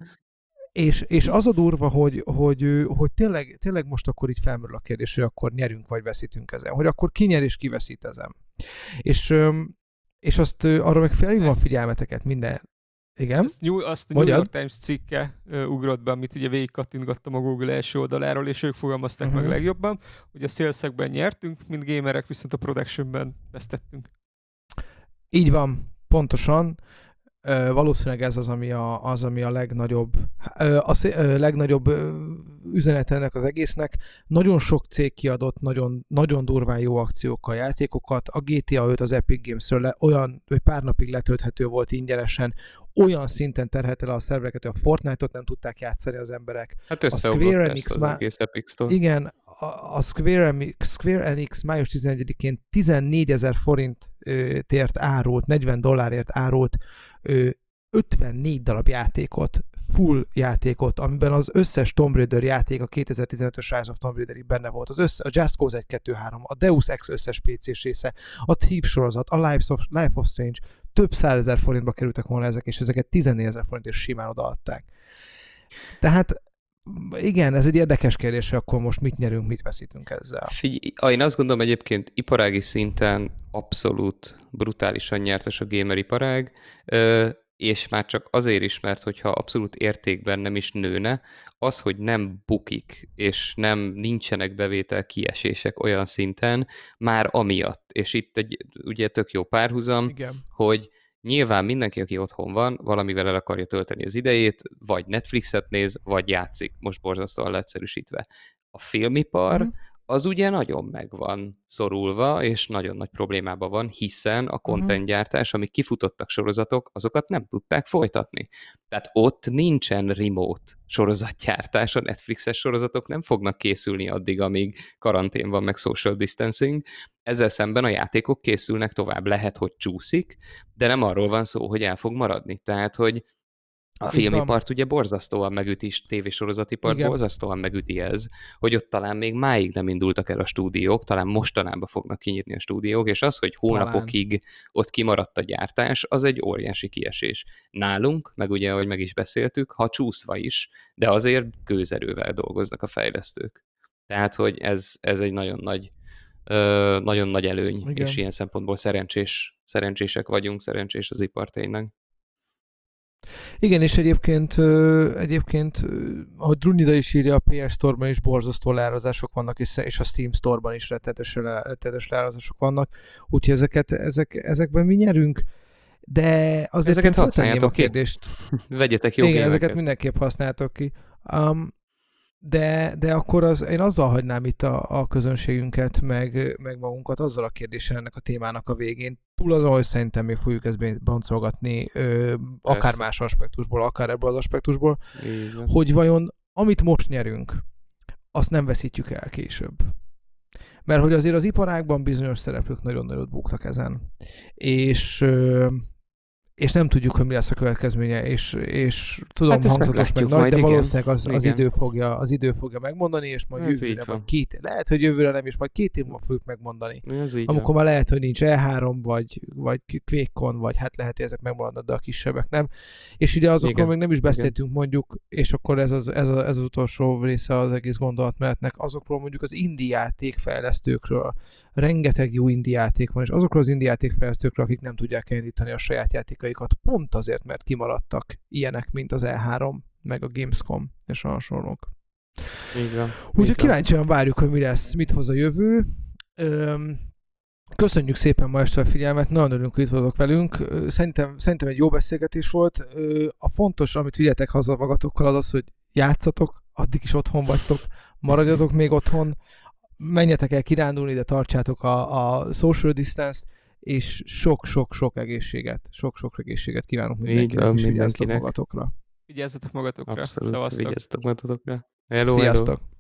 És, és az a durva, hogy, hogy, hogy tényleg, tényleg most akkor itt felmerül a kérdés, hogy akkor nyerünk vagy veszítünk ezen. Hogy akkor ki nyer és ki veszít ezen. És, öm, és azt ö, arra meg felhívom a Ezt- figyelmeteket minden. Igen? Azt, New, azt a New Mondjad. York Times cikke ö, ugrott be, amit ugye végig kattintgattam a Google első oldaláról, és ők fogalmazták Uh-huh. meg legjobban, hogy a saleszekben nyertünk, mint gamerek, viszont a productionben vesztettünk. Így van, pontosan. Ö, valószínűleg ez az, ami a, az, ami a legnagyobb, ö, a szé- ö, legnagyobb ö, üzenet ennek az egésznek. Nagyon sok cég kiadott nagyon, nagyon durván jó akciókkal játékokat. A gé té á öt az Epic Games-ről le, olyan, hogy pár napig letölthető volt ingyenesen, olyan szinten terhelte le a szervereket, hogy a Fortnite-ot nem tudták játszani az emberek. Hát Square összeugrott Enix persze az már- egész Epic Store. Igen, a, a Square, Enix, Square Enix május tizenegyedikén tizennégyezer forintért árult, negyven dollárért árult ö, ötvennégy darab játékot, full játékot, amiben az összes Tomb Raider játék, a kétezer-tizenötös Rise of Tomb Raider benne volt, az össze, a Just Cause egy kettő három, a Deus Ex összes pé cés része, a Thief sorozat, a Life of, Life of Strange, több százezer forintba kerültek volna ezek, és ezeket tizennégyezer forintért simán odaadták. Tehát igen, ez egy érdekes kérdés, hogy akkor most mit nyerünk, mit veszítünk ezzel. Figyelj, én azt gondolom egyébként iparági szinten abszolút brutálisan nyertes a gamer iparág, ö, és már csak azért is, mert hogyha abszolút értékben nem is nőne, az, hogy nem bukik, és nem nincsenek bevétel kiesések olyan szinten, már amiatt. És itt egy ugye tök jó párhuzam, Igen. hogy nyilván mindenki, aki otthon van, valamivel el akarja tölteni az idejét, vagy Netflixet néz, vagy játszik, most borzasztóan leegyszerűsítve. A filmipar Mhm. az ugye nagyon meg van szorulva, és nagyon nagy problémában van, hiszen a contentgyártás, amik kifutottak sorozatok, azokat nem tudták folytatni. Tehát ott nincsen remote sorozatgyártás, a Netflixes sorozatok nem fognak készülni addig, amíg karantén van, meg social distancing. Ezzel szemben a játékok készülnek tovább. Lehet, hogy csúszik, de nem arról van szó, hogy el fog maradni. Tehát, hogy a Így filmipart ugye borzasztóan megüti, és tévésorozatipart Igen. borzasztóan megüti ez, hogy ott talán még máig nem indultak el a stúdiók, talán mostanában fognak kinyitni a stúdiók, és az, hogy hónapokig ott kimaradt a gyártás, az egy óriási kiesés. Nálunk, meg ugye, ahogy meg is beszéltük, ha csúszva is, de azért gőzerővel dolgoznak a fejlesztők. Tehát, hogy ez, ez egy nagyon nagy, ö, nagyon nagy előny, Igen. és ilyen szempontból szerencsés, szerencsések vagyunk, szerencsés az ipar tényleg. Igen, és egyébként, ö, egyébként ö, ahogy Drunida is írja, a pé es Store-ban is borzasztó leárazások vannak, és, és a Steam Store-ban is rettetes, le- rettetes leárazások vannak, úgyhogy ezeket, ezek, ezekben mi nyerünk, de azért Ezeket én feltenném a használjátok ki. kérdést. Vegyetek jó Igen, gémeket. ezeket mindenképp használtok ki. Um, de, de akkor az, én azzal hagynám itt a, a közönségünket, meg, meg magunkat azzal a kérdéssel ennek a témának a végén. Túl azon, hogy szerintem még fogjuk ezt boncolgatni, ö, akár más aspektusból, akár ebből az aspektusból, hogy vajon amit most nyerünk, azt nem veszítjük el később. Mert hogy azért az iparágban bizonyos szereplők nagyon nagyot buktak ezen. És... Ö, és nem tudjuk, hogy mi lesz a következménye, és, és tudom, hát hangzatos meg nagy, de igen. Valószínűleg az, az, idő fogja, az idő fogja megmondani, és majd ez jövőre, vagy két, lehet, hogy jövőre nem, és majd két év múlva fogjuk megmondani. Amikor van. Már lehet, hogy nincs E három, vagy, vagy QuakeCon, vagy hát lehet, hogy ezek megmaradnak, de a kisebbek nem. És ugye azokról még nem is beszéltünk igen. mondjuk, és akkor ez az, ez, az, ez az utolsó része az egész gondolatmenetnek, azokról mondjuk az indie játékfejlesztőkről. Rengeteg jó indie játék van, és azokról az indie játékfejlesztőkről, akik nem tudják elindítani a saját játékaikat, pont azért, mert kimaradtak ilyenek, mint az E három, meg a Gamescom, és a hasonlók. Úgyhogy kíváncsian várjuk, hogy mi lesz, mit hoz a jövő. Öm, köszönjük szépen ma este a figyelmet, nagyon örülünk, hogy itt voltatok velünk. Szerintem, szerintem egy jó beszélgetés volt. A fontos, amit vigyetek haza magatokkal, az az, hogy játszatok, addig is otthon vagytok, maradjatok még otthon, menjetek el kirándulni, de tartsátok a, a social distance-t, és sok-sok-sok egészséget, sok-sok egészséget kívánunk mindenkinek, és vigyázzatok magatokra. Vigyázzatok magatokra. Abszolút, Szevasztok. vigyázzatok magatokra. Hello, Sziasztok. hello.